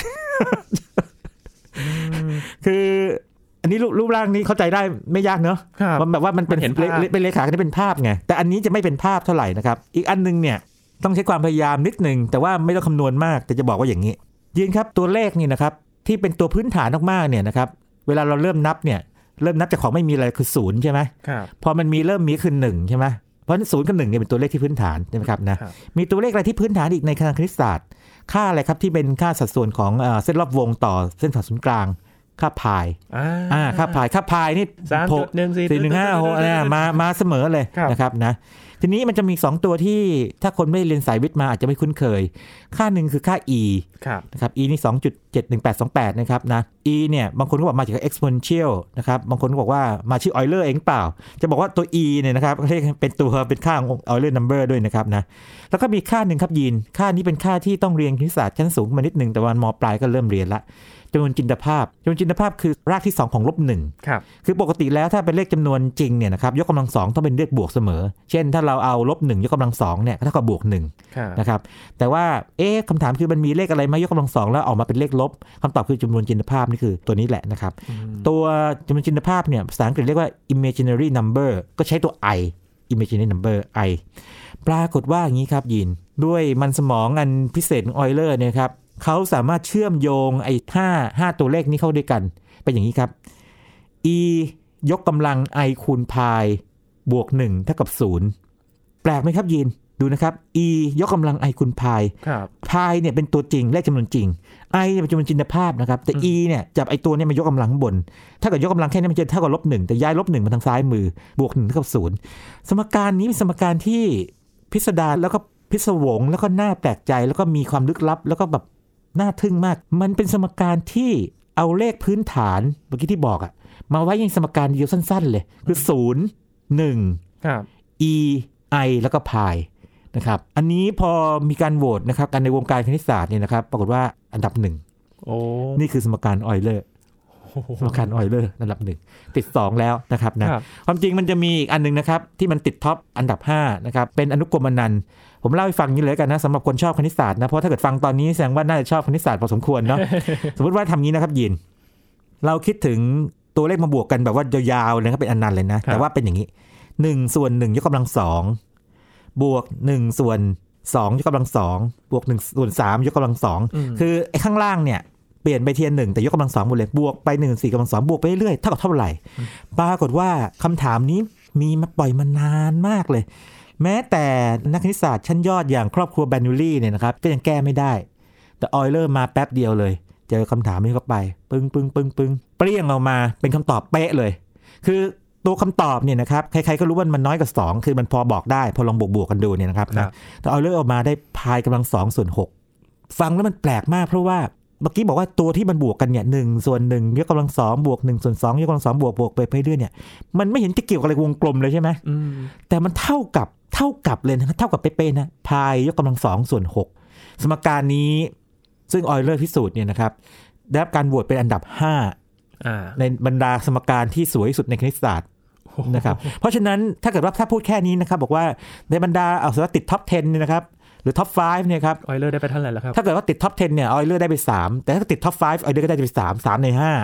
คืออันนี้รูปร่างนี้เข้าใจได้ไม่ยากเนอะมันแบบว่ามันเป็นเป็นเลขาคณิตเป็นภาพไงแต่อันนี้จะไม่เป็นภาพเท่าไหร่นะครับอีกอันนึงเนี่ยต้องใช้ความพยายามนิดนึงแต่ว่าไม่ต้องคำนวณมากแต่จะบอกว่าอย่างนี้ยินครับตัวเลขนี่นะครับที่เป็นตัวพื้นฐานมากๆเนี่ยนะครับเวลาเราเริ่มนับเนี่ยเริ่มนับจากของไม่มีอะไรคือศูนย์ใช่ไหมพอมันมีเริ่มมีคือหนึ่งใช่ไหมเพราะศูนย์กับหนึ่งเนี่ยเป็นตัวเลขที่พื้นฐานใช่ไหมครับนะมีตัวเลขอะไรที่พื้นฐานอีกในทางคณิตศาสตร์ค่าอะไรครับที่เป็นค่าสัดส่วนของเส้นรอบวงต่อเส้นผ่าศูนย์กลางค่าพายอ่าค่าพายค่าพายนี่สามจุดหนึ่งสี่หนึ่งห้าหกเนี่ยมามาเสมอเลยนะครับนะทีนี้มันจะมีสองตัวที่ถ้าคนไม่เรียนสายวิทย์มาอาจจะไม่คุ้นเคยค่าหนึ่งคือค่า e นะครับ e นี่ สองจุดเจ็ดหนึ่งแปดสองแปด นะครับนะ e เนี่ยบางคนก็บอกมาจาก exponential นะครับบางคนก็บอกว่ามาชื่อ Euler เองเปล่าจะบอกว่าตัว e เนี่ยนะครับเรียกเป็นตัวเป็นค่าของ Euler number ด้วยนะครับนะแล้วก็มีค่าหนึ่งครับยีนค่านี้เป็นค่าที่ต้องเรียนคณิตศาสตร์ชั้นสูงมานิดนึงแต่วันม.ปลายก็เริ่มเรียนละจำนวนจินตภาพจำนวนจินตภาพคือรากที่สองของลบหนึ่งครับคือปกติแล้วถ้าเป็นเลขจำนวนจริงเนี่ยนะครับยกกำลังสองต้องเป็นเลขบวกเสมอเช่นถ้าเราเอาลบหนึ่งยกกำลังสองเนี่ยเท่ากับบวกหนึ่งนะครับแต่ว่าเอ๊ะคำถามคือมันมีเลขอะไรมายกกำลังสองแล้วออกมาเป็นเลขลบคำตอบคือจำนวนจินตภาพนี่คือตัวนี้แหละนะครับตัวจำนวนจินตภาพเนี่ยภาษาอังกฤษเรียกว่า imaginary number ก็ใช้ตัว i imaginary number i ปรากฏว่าอย่างนี้ครับยินด้วยมันสมองอันพิเศษของ Euler เนี่ยครับเขาสามารถเชื่อมโยงไอ้ห้า ห้าตัวเลขนี้เข้าด้วยกันเป็นอย่างนี้ครับ e ยกกำลัง i คูณ pi บวกหนึ่งเท่ากับศูนย์แปลกไหมครับยินดูนะครับ e ยกกำลัง i คูณ pi pi เนี่ยเป็นตัวจริงเลขจำนวนจริง i เนี่ยเป็นจำนวนจินตภาพนะครับแต่ e เนี่ยจับไอ้ตัวนี้มายกกำลังข้างบนถ้าเกิดยกกำลังแค่นี้มันจะเท่ากับลบหนึ่งแต่ย้ายลบหนึ่งมาทางซ้ายมือบวกหนึ่งเท่ากับศูนย์สมการนี้เป็นสมการที่พิสดารแล้วก็พิศวงแล้วก็น่าแปลกใจแล้วก็มีความลึกลับแล้วก็แบบน่าทึ่งมากมันเป็นสมการที่เอาเลขพื้นฐานเมื่อกี้ที่บอกอะมาไว้ในสมการเดียวสั้นๆเลยคือศูนย์ หนึ่ง e i แล้วก็ pi นะครับอันนี้พอมีการโหวตนะครับกันในวงการคณิตศาสตร์เนี่ยนะครับปรากฏว่าอันดับหนึ่งโอ้นี่คือสมการออยเลอร์สมการออยเลอร์อันดับหนึ่งติดสองแล้วนะครับนะความจริงมันจะมีอีกอันนึงนะครับที่มันติดท็อปอันดับห้านะครับเป็นอนุกรมอนันต์ผมเล่าให้ฟังนี้เลยกันนะสำหรับคนชอบคณิตศาสตร์นะเพราะถ้าเกิดฟังตอนนี้แสดงว่าน่าจะชอบคณิตศาสตร์พอสมควรเนาะ สมมติว่าทำงี้นะครับยินเราคิดถึงตัวเลขมาบวกกันแบบว่ายาวๆเลยครับเป็นอนันต์เลยนะแต่ว่าเป็นอย่างนี้หนึ่งส่วนหนึ่งยกกำลังสองบวกหนึ่งส่วนสองยกกำลังสองบวกหนึ่งส่วนสามยกกำลังสองคือไอ้ข้างล่างเนี่ยเปลี่ยนไปเทียนหนึ่งแต่ยกกำลังสองหมดเลยบวกไปหนึ่งสี่กำลังสองบวกไปเรื่อยๆเท่ากับเท่าไหร่ปรากฏว่าคำถามนี้มีมาปล่อยมานานมากเลยแม้แต่นักคณิตศาสตร์ชั้นยอดอย่างครอบครัวแบรนูลีเนี่ยนะครับก็ยังแก้ไม่ได้แต่ออยเลอร์มาแป๊บเดียวเลยเจอคำถามนี้เข้าไปปึ้งปึ้งปึ้งปึ้งเปรี้ยงออกมาเป็นคำตอบเป๊ะเลยคือตัวคำตอบเนี่ยนะครับใครๆก็รู้ว่ามันน้อยกว่าสองคือมันพอบอกได้พอลองบวกๆกันดูเนี่ยนะครับนะแต่ออยเลอร์ออกมาได้พายกำลังสองส่วนหกฟังแล้วมันแปลกมากเพราะว่าเมื่อกี้บอกว่าตัวที่มันบวกกันเนี่ยหนึ่งส่วนหนึ่งยกกำลังสองบวกหนึ่งส่วนสองยกกำลังสองบวกบวกไปไปเรื่อยเนี่ยมันไม่เห็นจะเกี่ยวกับอะไรวงกลมเลยใช่ไหมแต่มันเท่ากับเท่ากับเลยนะเท่ากับเป๊ะๆนะพายยกกำลังสองส่วนหกสมการนี้ซึ่งออยเลอร์พิสูจน์เนี่ยนะครับได้รับการโหวตเป็นอันดับห้าในบรรดาสมการที่สวยที่สุดในคณิตศาสตร์นะครับเพราะฉะนั้นถ้าเกิดว่าถ้าพูดแค่นี้นะครับบอกว่าในบรรดาเอาสมมติติดท็อปสิบเนี่ยนะครับหรือท็อปห้าเนี่ยครับออยเลอร์ได้ไปเท่าไหร่แล้วครับถ้าเกิดว่าติดท็อปสิบเนี่ยออยเลอร์ได้ไปสามแต่ถ้าติดท็อปห้าออยเลอร์ก็ได้ไปสาม สามในห้า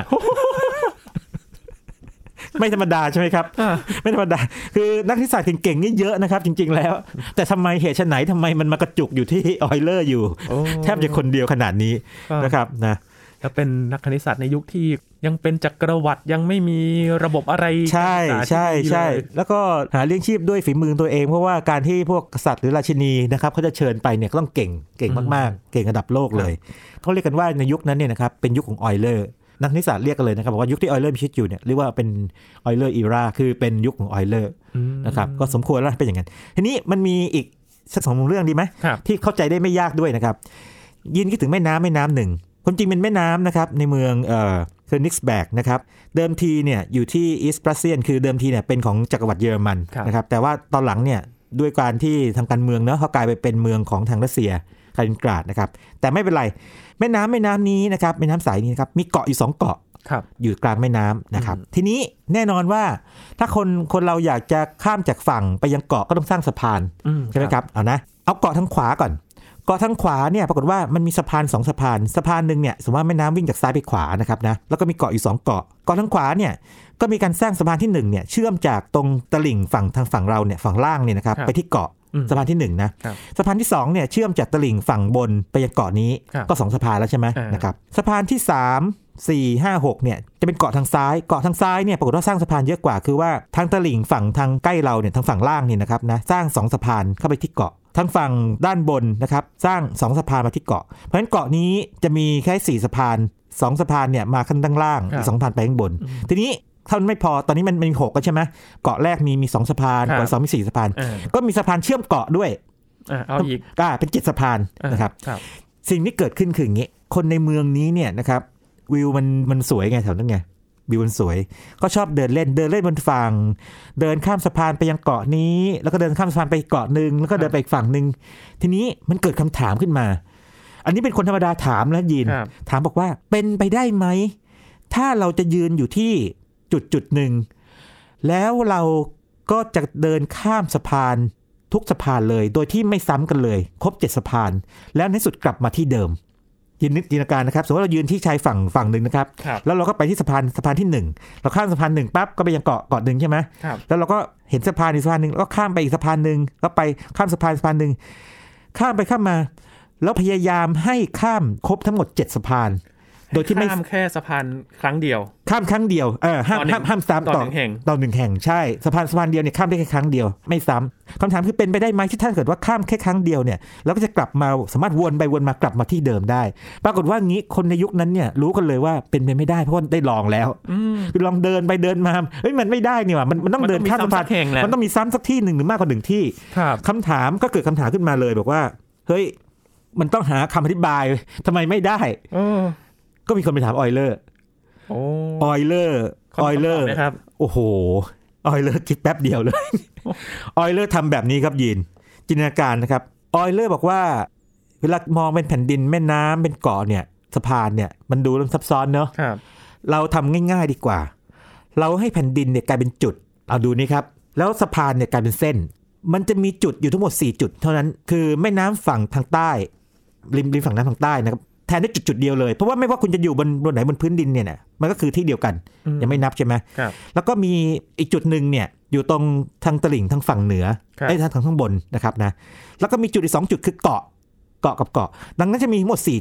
ไม่ธรรมดาใช่ไหมครับไม่ธรรมดาคือนักคณิตศาสตร์เก่งๆนี่เยอะนะครับจริงๆแล้วแต่ทำไมเหตุไฉนทำไมมันมากระจุกอยู่ที่ออยเลอร์อยู่แทบจะคนเดียวขนาดนี้นะครับนะแล้วเป็นนักคณิตศาสตร์ในยุคที่ยังเป็นจักรวรรดิยังไม่มีระบบอะไรใช่ใช่ใช่แล้วก็หาเลี้ยงชีพด้วยฝีมือตัวเองเพราะว่าการที่พวกกษัตริย์หรือราชินีนะครับเขาจะเชิญไปเนี่ยก็ต้องเก่งเก่งมากๆเก่งระดับโลกเลยเขาเรียกกันว่าในยุคนั้นเนี่ยนะครับเป็นยุคของออยเลอร์นักคณิตศาสตร์เรียกกันเลยนะครับบอกว่ายุคที่ออยเลอร์มีชีวิตอยู่เนี่ยเรียกว่าเป็นออยเลอร์อีราคือเป็นยุคของออยเลอร์นะครับก็สมควรแล้วเป็นอย่างนั้นทีนี้มันมีอีกสักสองเรื่องดีไหมที่เข้าใจได้ไม่ยากด้วยนะครับยินคิดถึงแม่น้ำแม่น้ำหนึ่งความจริงเป็นแม่น้ำนะครับในเมืองเอ่อเคอร์นิกส์แบกนะครับเดิมทีเนี่ยอยู่ที่อีสต์ปรัสเซียนคือเดิมทีเนี่ยเป็นของจักรวรรดิเยอรมันนะครับแต่ว่าตอนหลังเนี่ยด้วยการที่ทางการเมืองเนาะเขากลายไปเป็นเมืองของทางรัสเซียคาลินกราดนะครับแต่ไม่เป็นไรแม่น้ำแม่น้ำนี้นะครับแม่น้ำสายนี้นะครับมีเกาะอยู่สองเกาะอยู่กลางแม่น้ำนะครับทีนี้แน่นอนว่าถ้าคนคนเราอยากจะข้ามจากฝั่งไปยังเกาะก็ต้องสร้างสะพานใช่ไหมครับเอานะเอาเกาะทางขวาก่อนเกาะทางขวาเนี่ยปรากฏว่ามันมีสะพานสองสะพานสะพานหนึ่งเนี่ยสมมติว่าแม่น้ำวิ่งจากซ้ายไปขวานะครับนะแล้วก็มีเกาะอยู่สองเกาะเกาะทางขวาเนี่ยก็มีการสร้างสะพานที่หนึ่งเนี่ยเชื่อมจากตรงตลิ่งฝั่งทางฝั่งเราเนี่ยฝั่งล่างเนี่ยนะครับไปที่เกาะสะพานที่หนึ่งนะสะพานที่สองเนี่ยเชื่อมจากตลิ่งฝั่งบนไปยังเกาะนี้ก็สองสะพานแล้วใช่ไหมนะครับสะพานที่สาม สี่ ห้า หกเนี่ยจะเป็นเกาะทางซ้ายเกาะทางซ้ายเนี่ยปรากฏว่าสร้างสะพานเยอะกว่าคือว่าทางตลิ่งฝั่งทางใกล้เราเนี่ยทางฝั่งล่างนี่นะครับนะสร้างสองสะพานเข้าไปที่เกาะทางฝั่งด้านบนนะครับสร้างสองสะพานมาที่เกาะเพราะฉะนั้นเกาะนี้จะมีแค่สี่สะพานสองสะพานเนี่ยมาข้างด้านล่างอีกสองสะพานไปข้างบนทีนี้เท่านั้นไม่พอตอนนี้มันมีหกก็ใช่ไหมเกาะแรกมีมีสองสะพานเกาะสองมีสี่สะพานก็มีสะพานเชื่อมเกาะด้วยเอาอีกก็เป็นเจ็ดสะพานนะครับสิ่งที่เกิดขึ้นคืออย่างนี้คนในเมืองนี้เนี่ยนะครับวิวมันมันสวยไงแถวนั้นไงวิวมันสวยก็ชอบเดินเล่นเดินเล่นบนฝั่งเดินข้ามสะพานไปยังเกาะนี้แล้วก็เดินข้ามสะพานไปเกาะนึงแล้วก็เดินไปอีกฝั่งนึงทีนี้มันเกิดคำถามขึ้นมาอันนี้เป็นคนธรรมดาถามแล้วยินถามบอกว่าเป็นไปได้ไหมถ้าเราจะยืนอยู่ที่จุดจุดหนึ่งแล้วเราก็จะเดินข้ามสะพานทุกสะพานเลยโดยที่ไม่ซ้ำกันเลยครบเจ็ดสะพานแล้วในสุดกลับมาที่เดิมยินนิจินตนาการนะครับสมมติเรายืนที่ชายฝั่งฝั่งหนึ่งนะครับแล้วเราก็ไปที่สะพานสะพานที่หนึ่งเราข้ามสะพานหนึ่งปั๊บก็ไปยังเกาะเกาะหนึ่งใช่ไหมแล้วเราก็เห็นสะพานอีกสะพานหนึ่งแล้วก็ข้ามไปอีกสะพานหนึ่งแล้วไปข้ามสะพานสะพานหนึ่งข้ามไปข้ามมาแล้วพยายามให้ข้ามครบทั้งหมดเจ็ดสะพานโดยที่ไม่ข้ามแค่สะพานครั้งเดียวข้ามครั้งเดียวเออห้ามห้ามห้ามซ้ำต่อหนึ่งแห่งต่อหนึ่งแห่งใช่สะพานสะพานเดียวเนี่ยข้ามได้แค่ครั้งเดียวไม่ซ้ำคำถามคือเป็นไปได้ไหมที่ถ้าเกิดว่าข้ามแค่ครั้งเดียวเนี่ยแล้วก็จะกลับมาสามารถวนไปวนมากลับมาที่เดิมได้ปรากฏว่างี้คนในยุคนั้นเนี่ยรู้กันเลยว่าเป็นไปไม่ได้เพราะว่าได้ลองแล้วคือลองเดินไปเดินมาเฮ้ยมันไม่ได้นี่หว่ามันมันต้องเดินข้ามสะพานมันต้องมีซ้ำสักที่หนึ่งหรือมากกว่าหนึ่งที่คำถามก็เกิดคำถามขึ้นมาเลยบอกว่าเฮ้ยมันต้องหาคำอธิบายทำไมไม่ได้ก็มีคนไปถามออยเลอร์ออยเลอร์ออยเลอร์นะครับโอ้โหออยเลอร์คิดแป๊บเดียวเลยออยเลอร์ทำแบบนี้ครับยินจินตนาการนะครับออยเลอร์บอกว่าเวลามองเป็นแผ่นดินแม่น้ำเป็นเกาะเนี่ยสะพานเนี่ยมันดูซับซ้อนเนอะเราทำง่ายๆดีกว่าเราให้แผ่นดินเนี่ยกลายเป็นจุดเอาดูนี่ครับแล้วสะพานเนี่ยกลายเป็นเส้นมันจะมีจุดอยู่ทั้งหมดสี่จุดเท่านั้นคือแม่น้ำฝั่งทางใต้ริมริมฝั่งน้ำทางใต้นะครับแทนได้จุดจุดเดียวเลยเพราะว่าไม่ว่าคุณจะอยู่บนบนไหนบนพื้นดินเนี่ยนะมันก็คือที่เดียวกันยังไม่นับใช่ไหมแล้วก็มีอีกจุดหนึ่งเนี่ยอยู่ตรงทางตลิ่งทางฝั่งเหนือไอ้ทางทางบนนะครับนะแล้วก็มีจุดอีกสองจุดคือเกาะเกาะกับเกาะดังนั้นจะมีทั้งหมดสี่จุด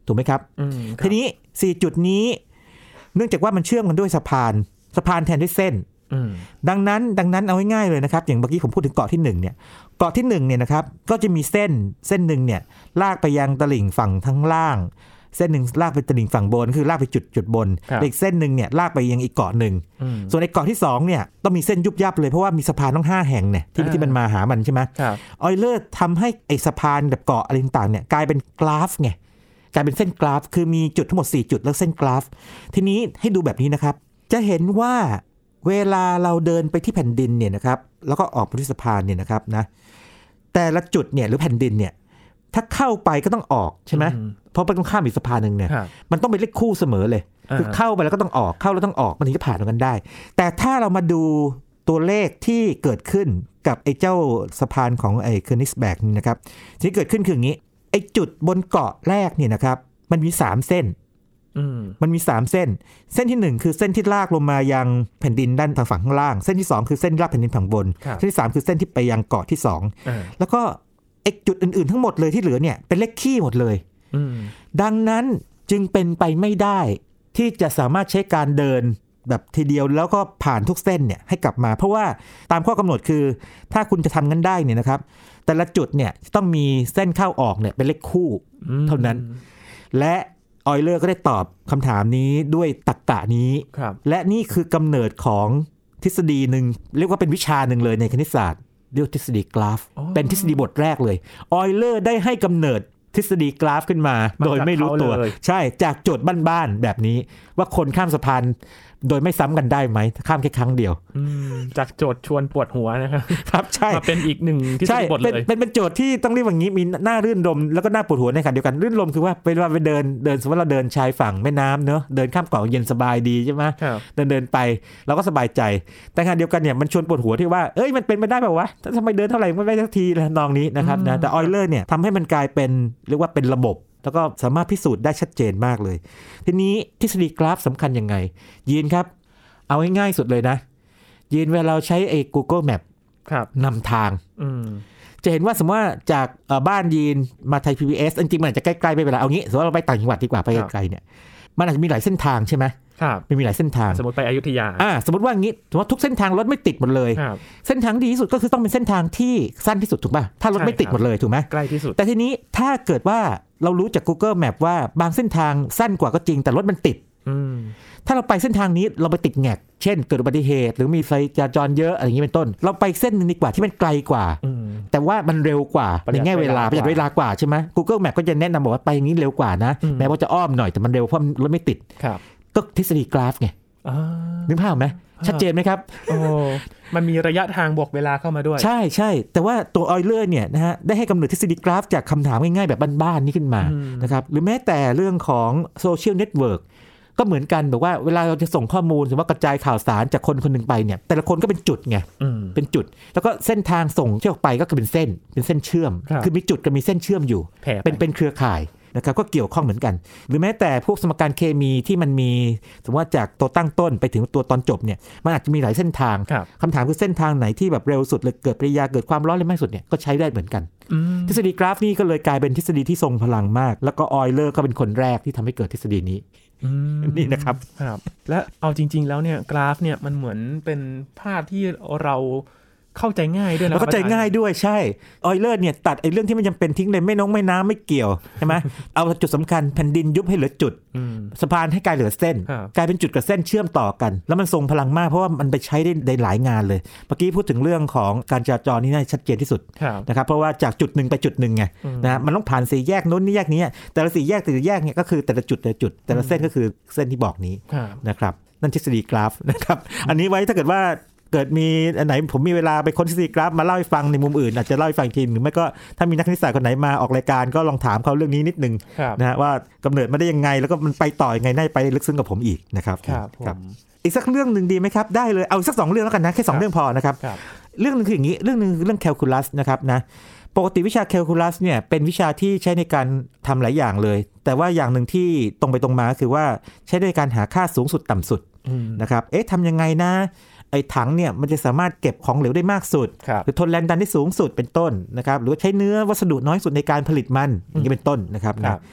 ถูกไหมครับทีนี้สี่จุดนี้เนื่องจากว่ามันเชื่อมกันด้วยสะพานสะพานแทนด้วยเส้นดังนั้นดังนั้นเอาง่ายๆเลยนะครับอย่างเมื่อกี้ผมพูดถึงเกาะที่หนึ่งเนี่ยเกาะที่หนึ่งเนี่ยนะครับก็จะมีเส้นเส้นหนึ่งเนี่ยลากไปยังตลิ่งฝั่งทั้งล่างเส้นหนึ่งลากไปตลิ่งฝั่งบนคือลากไปจุดจุดบนอีกเส้นหนึ่งเนี่ยลากไปยังอีกเกาะหนึ่งส่วนไอ้เกาะที่สองเนี่ยต้องมีเส้นยุบยับเลยเพราะว่ามีสะพานต้องห้าแห่งเนี่ยที่ที่มันมาหามันใช่ไหมออยเลอร์ทำให้ไอ้สะพานแบบเกาะอะไรต่างๆเนี่ยกลายเป็นกราฟไงกลายเป็นเส้นกราฟคือมีจุดทั้งหมดสี่จุดแล้วเส้นกราฟทีนี้ให้ดูแบบนี้นะครับจะเห็นว่าเวลาเราเดินไปที่แผ่นดินเนี่ยนะครับแล้วก็ออกไปที่สะพานเนี่ยนะครับนะแต่ละจุดเนี่ยหรือแผ่นดินเนี่ยถ้าเข้าไปก็ต้องออกใช่ไหมเพราะมันต้องข้ามอีกสะพานหนึ่งเนี่ยมันต้องเป็นเลขคู่เสมอเลยคือเข้าไปแล้วก็ต้องออกเข้าแล้วต้องออกมันถึงจะผ่านกันได้แต่ถ้าเรามาดูตัวเลขที่เกิดขึ้นกับไอ้เจ้าสะพานของไอ้เคอร์นิสแบกนี่นะครับที่เกิดขึ้นคืออย่างนี้ไอ้จุดบนเกาะแรกเนี่ยนะครับมันมีสามเส้นมันมีสามเส้นเส้นที่หนึ่งคือเส้นที่ลากลงมายังแผ่นดินด้านทางฝั่งข้างล่างเส้นที่สองคือเส้นลากแผ่นดินฝั่งบนเส้นที่สามคือเส้นที่ไปยังเกาะที่สองแล้วก็ไอ้จุดอื่นๆทั้งหมดเลยที่เหลือเนี่ยเป็นเลขคี่หมดเลยดังนั้นจึงเป็นไปไม่ได้ที่จะสามารถใช้การเดินแบบทีเดียวแล้วก็ผ่านทุกเส้นเนี่ยให้กลับมาเพราะว่าตามข้อกำหนดคือถ้าคุณจะทำงั้นได้เนี่ยนะครับแต่ละจุดเนี่ยต้องมีเส้นเข้าออกเนี่ยเป็นเลขคู่เท่านั้นและออยเลอร์ก็ได้ตอบคำถามนี้ด้วยตรรกะนี้และนี่คือกำเนิดของทฤษฎีหนึ่งเรียกว่าเป็นวิชาหนึ่งเลยในคณิตศาสตร์เรียกทฤษฎีกราฟเป็นทฤษฎีบทแรกเลยออยเลอร์ได้ให้กำเนิดทฤษฎีกราฟขึ้นมาโดยไม่รู้ตัวใช่จากโจทย์บ้านๆแบบนี้ว่าคนข้ามสะพานโดยไม่ซ้ำกันได้ไหมข้ามแค่ครั้งเดียวจากโจทย์ชวนปวดหัวนะครับครับใช่มาเป็นอีกหนึ่งทฤษฎีบทเลยเป็นเป็นโจทย์ที่ต้องเรียกอย่างนี้มีหน้ารื่นรมแล้วก็หน้าปวดหัวในขณะเดียวกันรื่นรมคือว่าเวลาไปเดินเดินสมมติเราเดินชายฝั่งแม่น้ำเนอะเดินข้ามเกาะเย็นสบายดีใช่ไหมเดินเดินไปเราก็สบายใจแต่ขณะเดียวกันเนี่ยมันชวนปวดหัวที่ว่าเอ้ยมันเป็นไปได้แบบว่าทำไมเดินเท่าไหร่ไม่ได้สักทีละนองนี้นะครับนะแต่ออยเลอร์เนี่ยทำให้มันกลายเป็นเรียกว่าเป็นระบบแล้วก็สามารถพิสูจน์ได้ชัดเจนมากเลยทีนี้ทฤษฎีกราฟสำคัญยังไงยีนครับเอาง่ายๆสุดเลยนะยีนเวลาเราใช้ไอ้ Google Map นำทางจะเห็นว่าสมมติว่าจากบ้านยีนมาไทย พี บี เอส จริงๆมันอาจจะใกล้ๆไม่เป็นไรเอางี้สมมติเราไปต่างจังหวัดดีกว่าไปไกลๆเนี่ยมันอาจจะมีหลายเส้นทางใช่ไหมมันมีหลายเส้นทางสมมติไปอยุธยาอ่าสมมติว่างี้สมมติทุกเส้นทางรถไม่ติดหมดเลยเส้นทางดีที่สุดก็คือต้องเป็นเส้นทางที่สั้นที่สุดถูกป่ะถ้ารถไม่ติดหมดเลยถูกไหมใกล้ที่สุดแต่ทีนี้ถ้าเกิดว่าเรารู้จาก Google Map ว่าบางเส้นทางสั้นกว่าก็จริงแต่รถมันติดถ้าเราไปเส้นทางนี้เราไปติดแงกเช่นเกิดอุบัติเหตุหรือมีไฟจราจรเยอะอะไรอย่างนี้เป็นต้นเราไปเส้นนึงดีกว่าที่มันไกลกว่าแต่ว่ามันเร็วกว่าในแง่เวลาประหยัดเวลากว่าใช่ไหม Google Map ก็จะแนะนำบอกว่าไปอย่างนี้เร็วกว่านะแม้ว่าจะอ้อมหน่อยแต่มันเร็วเพราะรถไม่ติดก็ทฤษฎีกราฟไงนึกภาพไหมชัดเจนไหมครับโอ้มันมีระยะทางบวกเวลาเข้ามาด้วยใช่ใช่แต่ว่าตัวออยเลอร์เนี่ยนะฮะได้ให้กำเนิดทฤษฎีกราฟจากคำถามง่ายๆแบบบ้านๆนี้ขึ้นมานะครับหรือแม้แต่เรื่องของโซเชียลเน็ตเวิร์กก็เหมือนกันแบบว่าเวลาเราจะส่งข้อมูลสมมติว่ากระจายข่าวสารจากคนคนหนึ่งไปเนี่ยแต่ละคนก็เป็นจุดไงเป็นจุดแล้วก็เส้นทางส่งที่ออกไปก็คือเป็นเส้นเป็นเส้นเชื่อมคือมีจุดกับมีเส้นเชื่อมอยู่เป็นเป็นเครือข่ายนะครับก็เกี่ยวข้องเหมือนกันหรือแม้แต่พวกสมการเคมีที่มันมีสมมติว่าจากตัวตั้งต้นไปถึงตัวตอนจบเนี่ยมันอาจจะมีหลายเส้นทางคำถามคือเส้นทางไหนที่แบบเร็วสุดเลยเกิดปฏิกิริยาเกิดความร้อนเลยมากสุดเนี่ยก็ใช้ได้เหมือนกันทฤษฎีกราฟนี่ก็เลยกลายเป็นทฤษฎีที่ทรงพลังมากแล้วก็ออยเลอร์ก็เป็นคนแรกที่ทำให้เกิดทฤษฎีนี้นี่นะครับครับและเอาจริงๆแล้วเนี่ยกราฟเนี่ยมันเหมือนเป็นภาพที่เราเข้าใจง่ายด้วยนะเข้าใจง่ายด้วยใช่ออยเลอร์เนี่ยตัดไอ้เรื่องที่มันจำเป็นทิ้งเลยไม่น้องไม่น้ำไม่เกี่ยวใช่ไหม เอาจุดสำคัญแผ่นดินยุบให้เหลือจุดสะพานให้กลายเหลือเส้นกลายเป็นจุดกับเส้นเชื่อมต่อกันแล้วมันทรงพลังมากเพราะว่ามันไปใช้ได้ในหลายงานเลยเมื่อกี้พูดถึงเรื่องของการจราจรนี่น่าชัดเจนที่สุดนะครับเพราะว่าจากจุดหนึ่งไปจุดหนึ่งไงนะมันต้องผ่านสี่แยกโน้นนี่แยกนี้แต่ละสี่แยกแต่ละแยกเนี่ยก็คือแต่ละจุดแต่ละจุดแต่ละเส้นก็คือเส้นที่บอกนี้นะครับนั่นทฤษฎีกราฟนะครับอันนี้ไว้ถ้าเกิดว่าเกิดมีอันไหนผมมีเวลาไปค้นทฤษฎีกราฟมาเล่าให้ฟังในมุมอื่นอาจจะเล่าให้ฟังทีหรือไม่ก็ถ้ามีนักคณิตศาสตร์คนไหนมาออกรายการก็ลองถามเขาเรื่องนี้นิดนึงนะฮะว่ากำเนิดมาได้ยังไงแล้วก็มันไปต่อยังไงได้ไปลึกซึ้งกับผมอีกนะครับครับอีกสักเรื่องนึงดีไหมครับได้เลยเอาสักสองเรื่องแล้วกันนะแค่สองเรื่องพอนะครับเรื่องนึงคืออย่างนี้เรื่องนึงคือเรื่องแคลคูลัสนะครับนะปกติวิชาแคลคูลัสเนี่ยเป็นวิชาที่ใช้ในการทำหลายอย่างเลยแต่ว่าอย่างนึงที่ตรงไปตรงมาคือว่าใช้ในการหาค่าสูงสุดต่ำสุดนะครับเอ๊ะทำยังไงนะไอ้ถังเนี่ยมันจะสามารถเก็บของเหลวได้มากสุดหรือทนแรงดันได้สูงสุดเป็นต้นนะครับหรือใช้เนื้อวัสดุน้อยสุดในการผลิตมันอย่างนี้เป็นต้นนะครับนะอ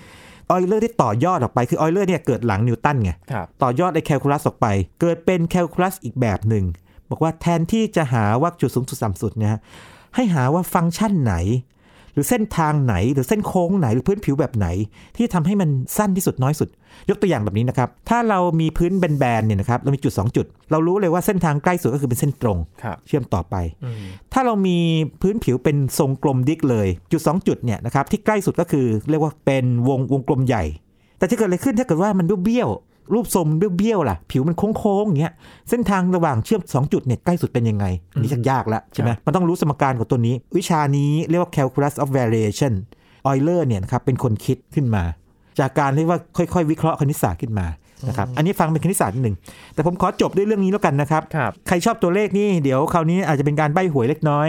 ออยเลอร์ได้ต่อยอดออกไปคือออยเลอร์เนี่ยเกิดหลังนิวตันไงต่อยอดไอ้แคลคูลัสออกไปเกิดเป็นแคลคูลัสอีกแบบหนึ่งบอกว่าแทนที่จะหาว่าจุดสูงสุดต่ำสุดเนี่ยให้หาว่าฟังก์ชันไหนหรือเส้นทางไหนหรือเส้นโค้งไหนหรือพื้นผิวแบบไหนที่ทำให้มันสั้นที่สุดน้อยสุดยกตัวอย่างแบบนี้นะครับถ้าเรามีพื้นแบนๆเนี่ยนะครับเรามีจุดสองจุดเรารู้เลยว่าเส้นทางใกล้สุดก็คือเป็นเส้นตรงเชื่อมต่อไปถ้าเรามีพื้นผิวเป็นทรงกลมดิกเลยจุดสองจุดเนี่ยนะครับที่ใกล้สุดก็คือเรียกว่าเป็นวงวงกลมใหญ่แต่จะเกิดอะไรขึ้นถ้าเกิดว่ามันเบี้ยวรูปทรงเบี้ยวๆล่ะผิวมันโค้งๆอย่างเงี้ยเส้นทางระหว่างเชื่อมสองจุดเนี่ยใกล้สุดเป็นยังไงอันนี้ยากแล้วใช่ไหมมันต้องรู้สมการของตัวนี้วิชานี้เรียกว่า calculus of variation ออยเลอร์เนี่ยนะครับเป็นคนคิดขึ้นมาจากการเรียกว่าค่อยๆวิเคราะห์คณิตศาสตร์ขึ้นมานะครับอันนี้ฟังเป็นคณิตศาสตร์นิดหนึ่งแต่ผมขอจบด้วยเรื่องนี้แล้วกันนะครับใครชอบตัวเลขนี่เดี๋ยวคราวนี้อาจจะเป็นการใบ้หวยเล็กน้อย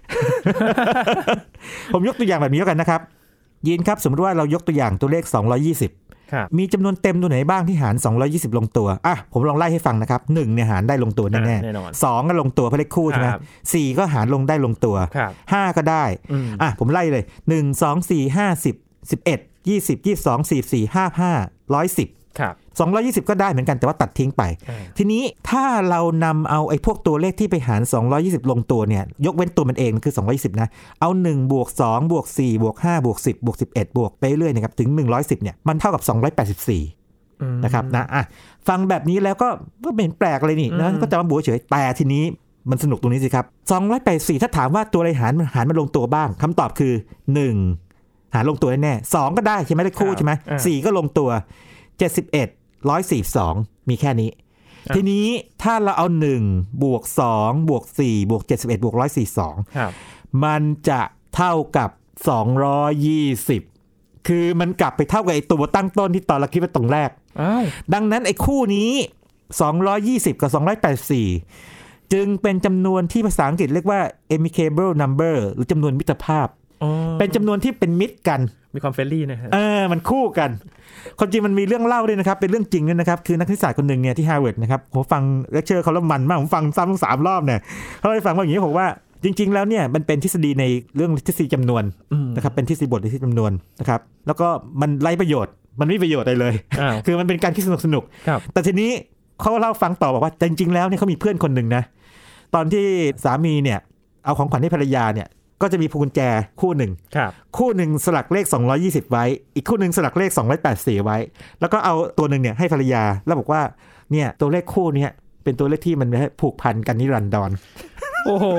ผมยกตัวอย่างแบบนี้แล้วกันนะครับยินครับสมมติว่าเรายกตัวอย่างตัวเลขสองร้อยยี่สิบมีจำนวนเต็มตัวไหนบ้างที่หารสองร้อยยี่สิบลงตัวอ่ะผมลองไล่ให้ฟังนะครับหนึ่งเนี่ยหารได้ลงตัวแน่ๆสองก็ลงตัวเพราะเลขคู่ใช่ไหมสี่ก็หารลงได้ลงตัวห้าก็ได้อ่ะผมไล่เลยหนึ่ง สอง สี่ ห้า สิบ สิบเอ็ด ยี่สิบ ยี่สิบสอง สี่สิบสี่ ห้าสิบห้า หนึ่งร้อยสิบสองร้อยยี่สิบก็ได้เหมือนกันแต่ว่าตัดทิ้งไปทีนี้ถ้าเรานำเอาไอ้พวกตัวเลขที่ไปหารสองร้อยยี่สิบลงตัวเนี่ยยกเว้นตัวมันเองคือสองร้อยยี่สิบนะเอาหนึ่งบวกสองบวกสี่บวกห้าบวกสิบบวกสิบเอ็ดบวกไปเรื่อยนะครับถึงหนึ่งร้อยสิบเนี่ยมันเท่ากับสองร้อยแปดสิบสี่นะครับนะอ่ะฟังแบบนี้แล้วก็ก็ไม่เห็นแปลกเลยนี่นะก็จะมาบวกเฉยแต่ทีนี้มันสนุกตรงนี้สิครับสองร้อยแปดสิบสี่ถ้าถามว่าตัวอะไรหารหารมาลงตัวบ้างคำตอบคือหนึ่งหารลงตัวแน่ๆสองก็ได้ใช่ไหมเลขคู่ใช่ไหมสี่ก็ลงตัวเจ็ดสิบเอ็ดหนึ่งร้อยสี่สิบสองมีแค่นี้ทีนี้ถ้าเราเอาหนึ่งบวกสองบวกสี่บวกเจ็ดสิบเอ็ดบวกหนึ่งร้อยสี่สิบสองมันจะเท่ากับสองร้อยยี่สิบคือมันกลับไปเท่ากับไอ้ตัวตั้งต้นที่ตอนเราคิดว่าตรงแรกดังนั้นไอ้คู่นี้สองร้อยยี่สิบกับสองร้อยแปดสิบสี่จึงเป็นจำนวนที่ภาษาอังกฤษเรียกว่า amicable number หรือจำนวนมิตรภาพเป็นจำนวนที่เป็นมิตรกันมีความเฟรนลี่นะฮะเออมันคู่กันคนจริงมันมีเรื่องเล่าด้วยนะครับเป็นเรื่องจริงด้วยนะครับคือนักคณิตศาสตร์คนหนึ่งเนี่ยที่ฮาร์วาร์ดนะครับผมฟังเลคเชอร์เขาแล้วมันมากผมฟังซ้ำทั้งสามรอบเนี่ยเขาเลยฟังว่าอย่างนี้ผมว่าจริงๆแล้วเนี่ยมันเป็นทฤษฎีในเรื่องทฤษฎีจำนวนนะครับเป็นทฤษฎีบทในทฤษฎีจำนวนนะครับแล้วก็มันไร้ประโยชน์มันไม่มีประโยชน์อะไรเลยคือมันเป็นการคิดสนุกๆแต่ทีนี้เขาเล่าฟังต่อบอกว่าจริงๆแล้วเนี่ยเขามีเพื่อนคนหนึ่งนะตอนที่สามีเนี่ยเอาของขวัญให้ภรรยาเนี่ยก็จะมีพวงกุญแจคู่หนึ่งคู่หนึ่งสลักเลขสองร้อยยี่สิบไว้อีกคู่หนึ่งสลักเลขสองร้อยแปดสิบสี่ไว้แล้วก็เอาตัวหนึ่งเนี่ยให้ภรรยาแล้วบอกว่าเนี่ยตัวเลขคู่นี้เป็นตัวเลขที่มันผูกพันกันนิรันดรโอ้โห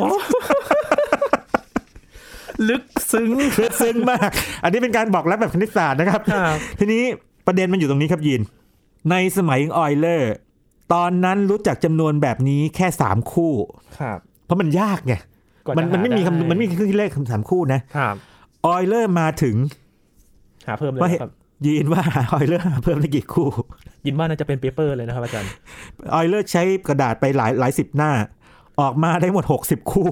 ลึกซึ้งลึกซึ้งมากอันนี้เป็นการบอกแล้วแบบคณิตศาสตร์นะครับทีนี้ประเด็นมันอยู่ตรงนี้ครับยินในสมัยออยเลอร์ตอนนั้นรู้จักจำนวนแบบนี้แค่สามคู่เพราะมันยากไงมันมันไม่มีคำมันไม่มีเครื่องเลขคำสามคู่นะครับออยเลอร์มาถึงหาเพิ่มเลยครับยินว่าออยเลอร์หาเพิ่มได้กี่คู่ยินว่าน่าจะเป็นเปเปอร์เลยนะครับอาจารย์ออยเลอร์ใช้กระดาษไปหลายหลายสิบหน้าออกมาได้หมดหกสิบคู่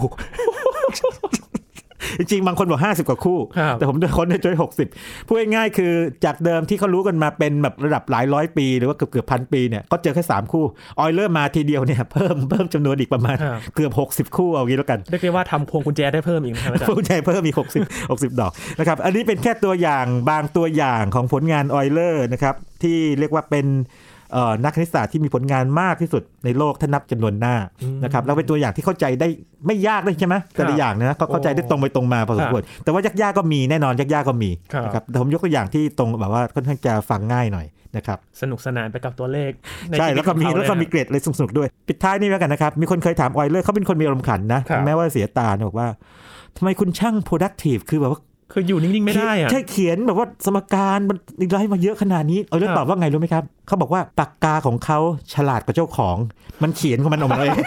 จริงๆบางคนบอกห้าสิบกว่าคู่แต่ผมค้นได้จนหกสิบพูดง่ายๆคือจากเดิมที่เขารู้กันมาเป็นแบบระดับหลายร้อยปีหรือว่าเกือบเกือบพันปีเนี่ยก็เจอแค่สามคู่ออยเลอร์มาทีเดียวเนี่ยเพิ่มเพิ่มจำนวนอีกประมาณเกือบหกสิบคู่เอางี้แล้วกันเรียกได้ว่าทำพวงกุญแจได้เพิ่มอีกนะครับอาจารย์พวงกุญแจเพิ่มอีกหกสิบ หกสิบดอกนะครับอันนี้เป็นแค่ตัวอย่างบางตัวอย่างของผลงานออยเลอร์นะครับที่เรียกว่าเป็นนักคณิตศาสตร์ที่มีผลงานมากที่สุดในโลกถ้านับจำนวนหน้านะครับแล้วเป็นตัวอย่างที่เข้าใจได้ไม่ยากด้วยใช่ไหมแต่ละอย่างนะก็เข้าใจได้ตรงไปตรงมาพอสมควรแต่ว่ายากๆก็มีแน่นอนยากๆก็มีนะครับแต่ผมยกตัวอย่างที่ตรงแบบว่าค่อนข้างจะฟังง่ายหน่อยนะครับสนุกสนานไปกับตัวเลขใช่แล้วก็มีแล้วก็มีเกรดเลยสนุกด้วยปิดท้ายนี่แล้วกันนะครับมีคนเคยถามออยเลอร์เขาเป็นคนมีอารมณ์ขันนะแม้ว่าเสียตาบอกว่าทำไมคุณช่าง productive คือแบบว่าคืออยู่นิ่งๆไม่ได้อะใช่เขียนแบบว่าสมการมันไล่มาเยอะขนาดนี้เอาเรื่องตอบว่าไงรู้ไหมครับเขาบอกว่าปากกาของเขาฉลาดกว่าเจ้าของมันเขียนของมันออกมาเอง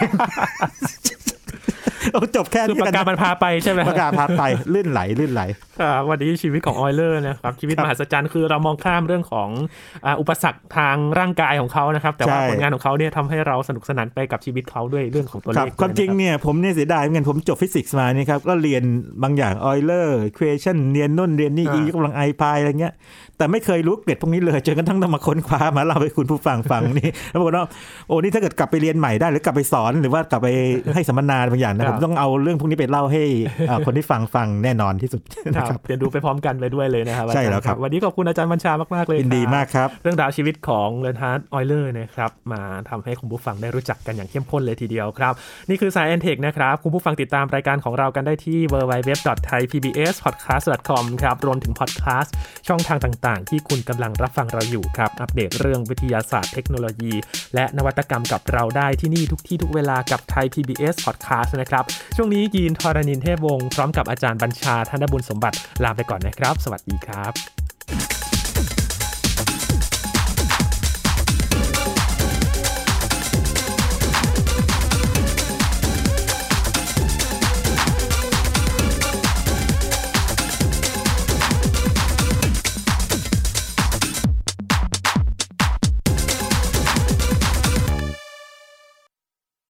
เอาจบแค่นี้ปากกามันพาไปใช่ไหมปากกาพาไปลื่นไหลลื่นไหลวันนี้ชีวิตของออยเลอร์นะครับชีวิตมหัศจรรย์คือเรามองข้ามเรื่องของอุปสรรคทางร่างกายของเขานะครับแต่ว่าผลงานของเขาเนี่ยทำให้เราสนุกสนานไปกับชีวิตเขาด้วยเรื่องของตัวเลขความจริงเนี่ยผมเนี่ยเสียดายเหมือนกันผมจบฟิสิกส์มานี่ครับก็เรียนบางอย่างออยเลอร์อีควอชั่นเรียนนู่นเรียนนี่ยกกำลังไอพายอะไรเงี้ยแต่ไม่เคยรู้เกร็ดพวกนี้เลยจนกระทั่งต้องมาค้นคว้ามาเล่าให้คุณผู้ฟังฟังนี่แล้วบอกว่าโอ้นี่ถ้าเกิดกลับไปเรียนใหม่ได้หรือกลับไปสอนหรือว่ากลับไปให้สัมมนาบางอย่างนะผมต้องเอาเรื่องพวกนี้ไปเล่าให้คนที่ฟังฟังแน่นอนที่สุดนะครับเรียนรู้ไปพร้อมกันไปด้วยเลยนะครับใช่แล้วครับวันนี้ขอบคุณอาจารย์บัญชามากๆเลยยินดีมากครับเรื่องราวชีวิตของเรนฮาร์ดออยเลอร์นะครับมาทำให้คุณผู้ฟังได้รู้จักกันอย่างเข้มข้นเลยทีเดียวครับนี่คือ Science and Tech นะครับคุณผู้ฟังติดตามรายการของเรากันได้ที่ ดับเบิลยู ดับเบิลยู ดับเบิลยู ดอท ไทย พี บี เอส พอดแคสต์ ดอท คอม ครับรวมถึงพอดแคสต์ช่องทางต่างๆที่คุณกำลังรับฟังเราอยู่ครับอัปเดตเรื่องวิทยาศาสตร์เทคโนโลยีและนวัตกรรมกับเราได้ที่นี่ทุกที่ทุกเวลากับไทย พี บี เอส Podcast นะครับช่วงนี้ยีนทรณินเทพวงศ์พร้อมกับอาจารย์บัญชาธนบุญสมบัติลาไปก่อนนะครับสวัสดีครับ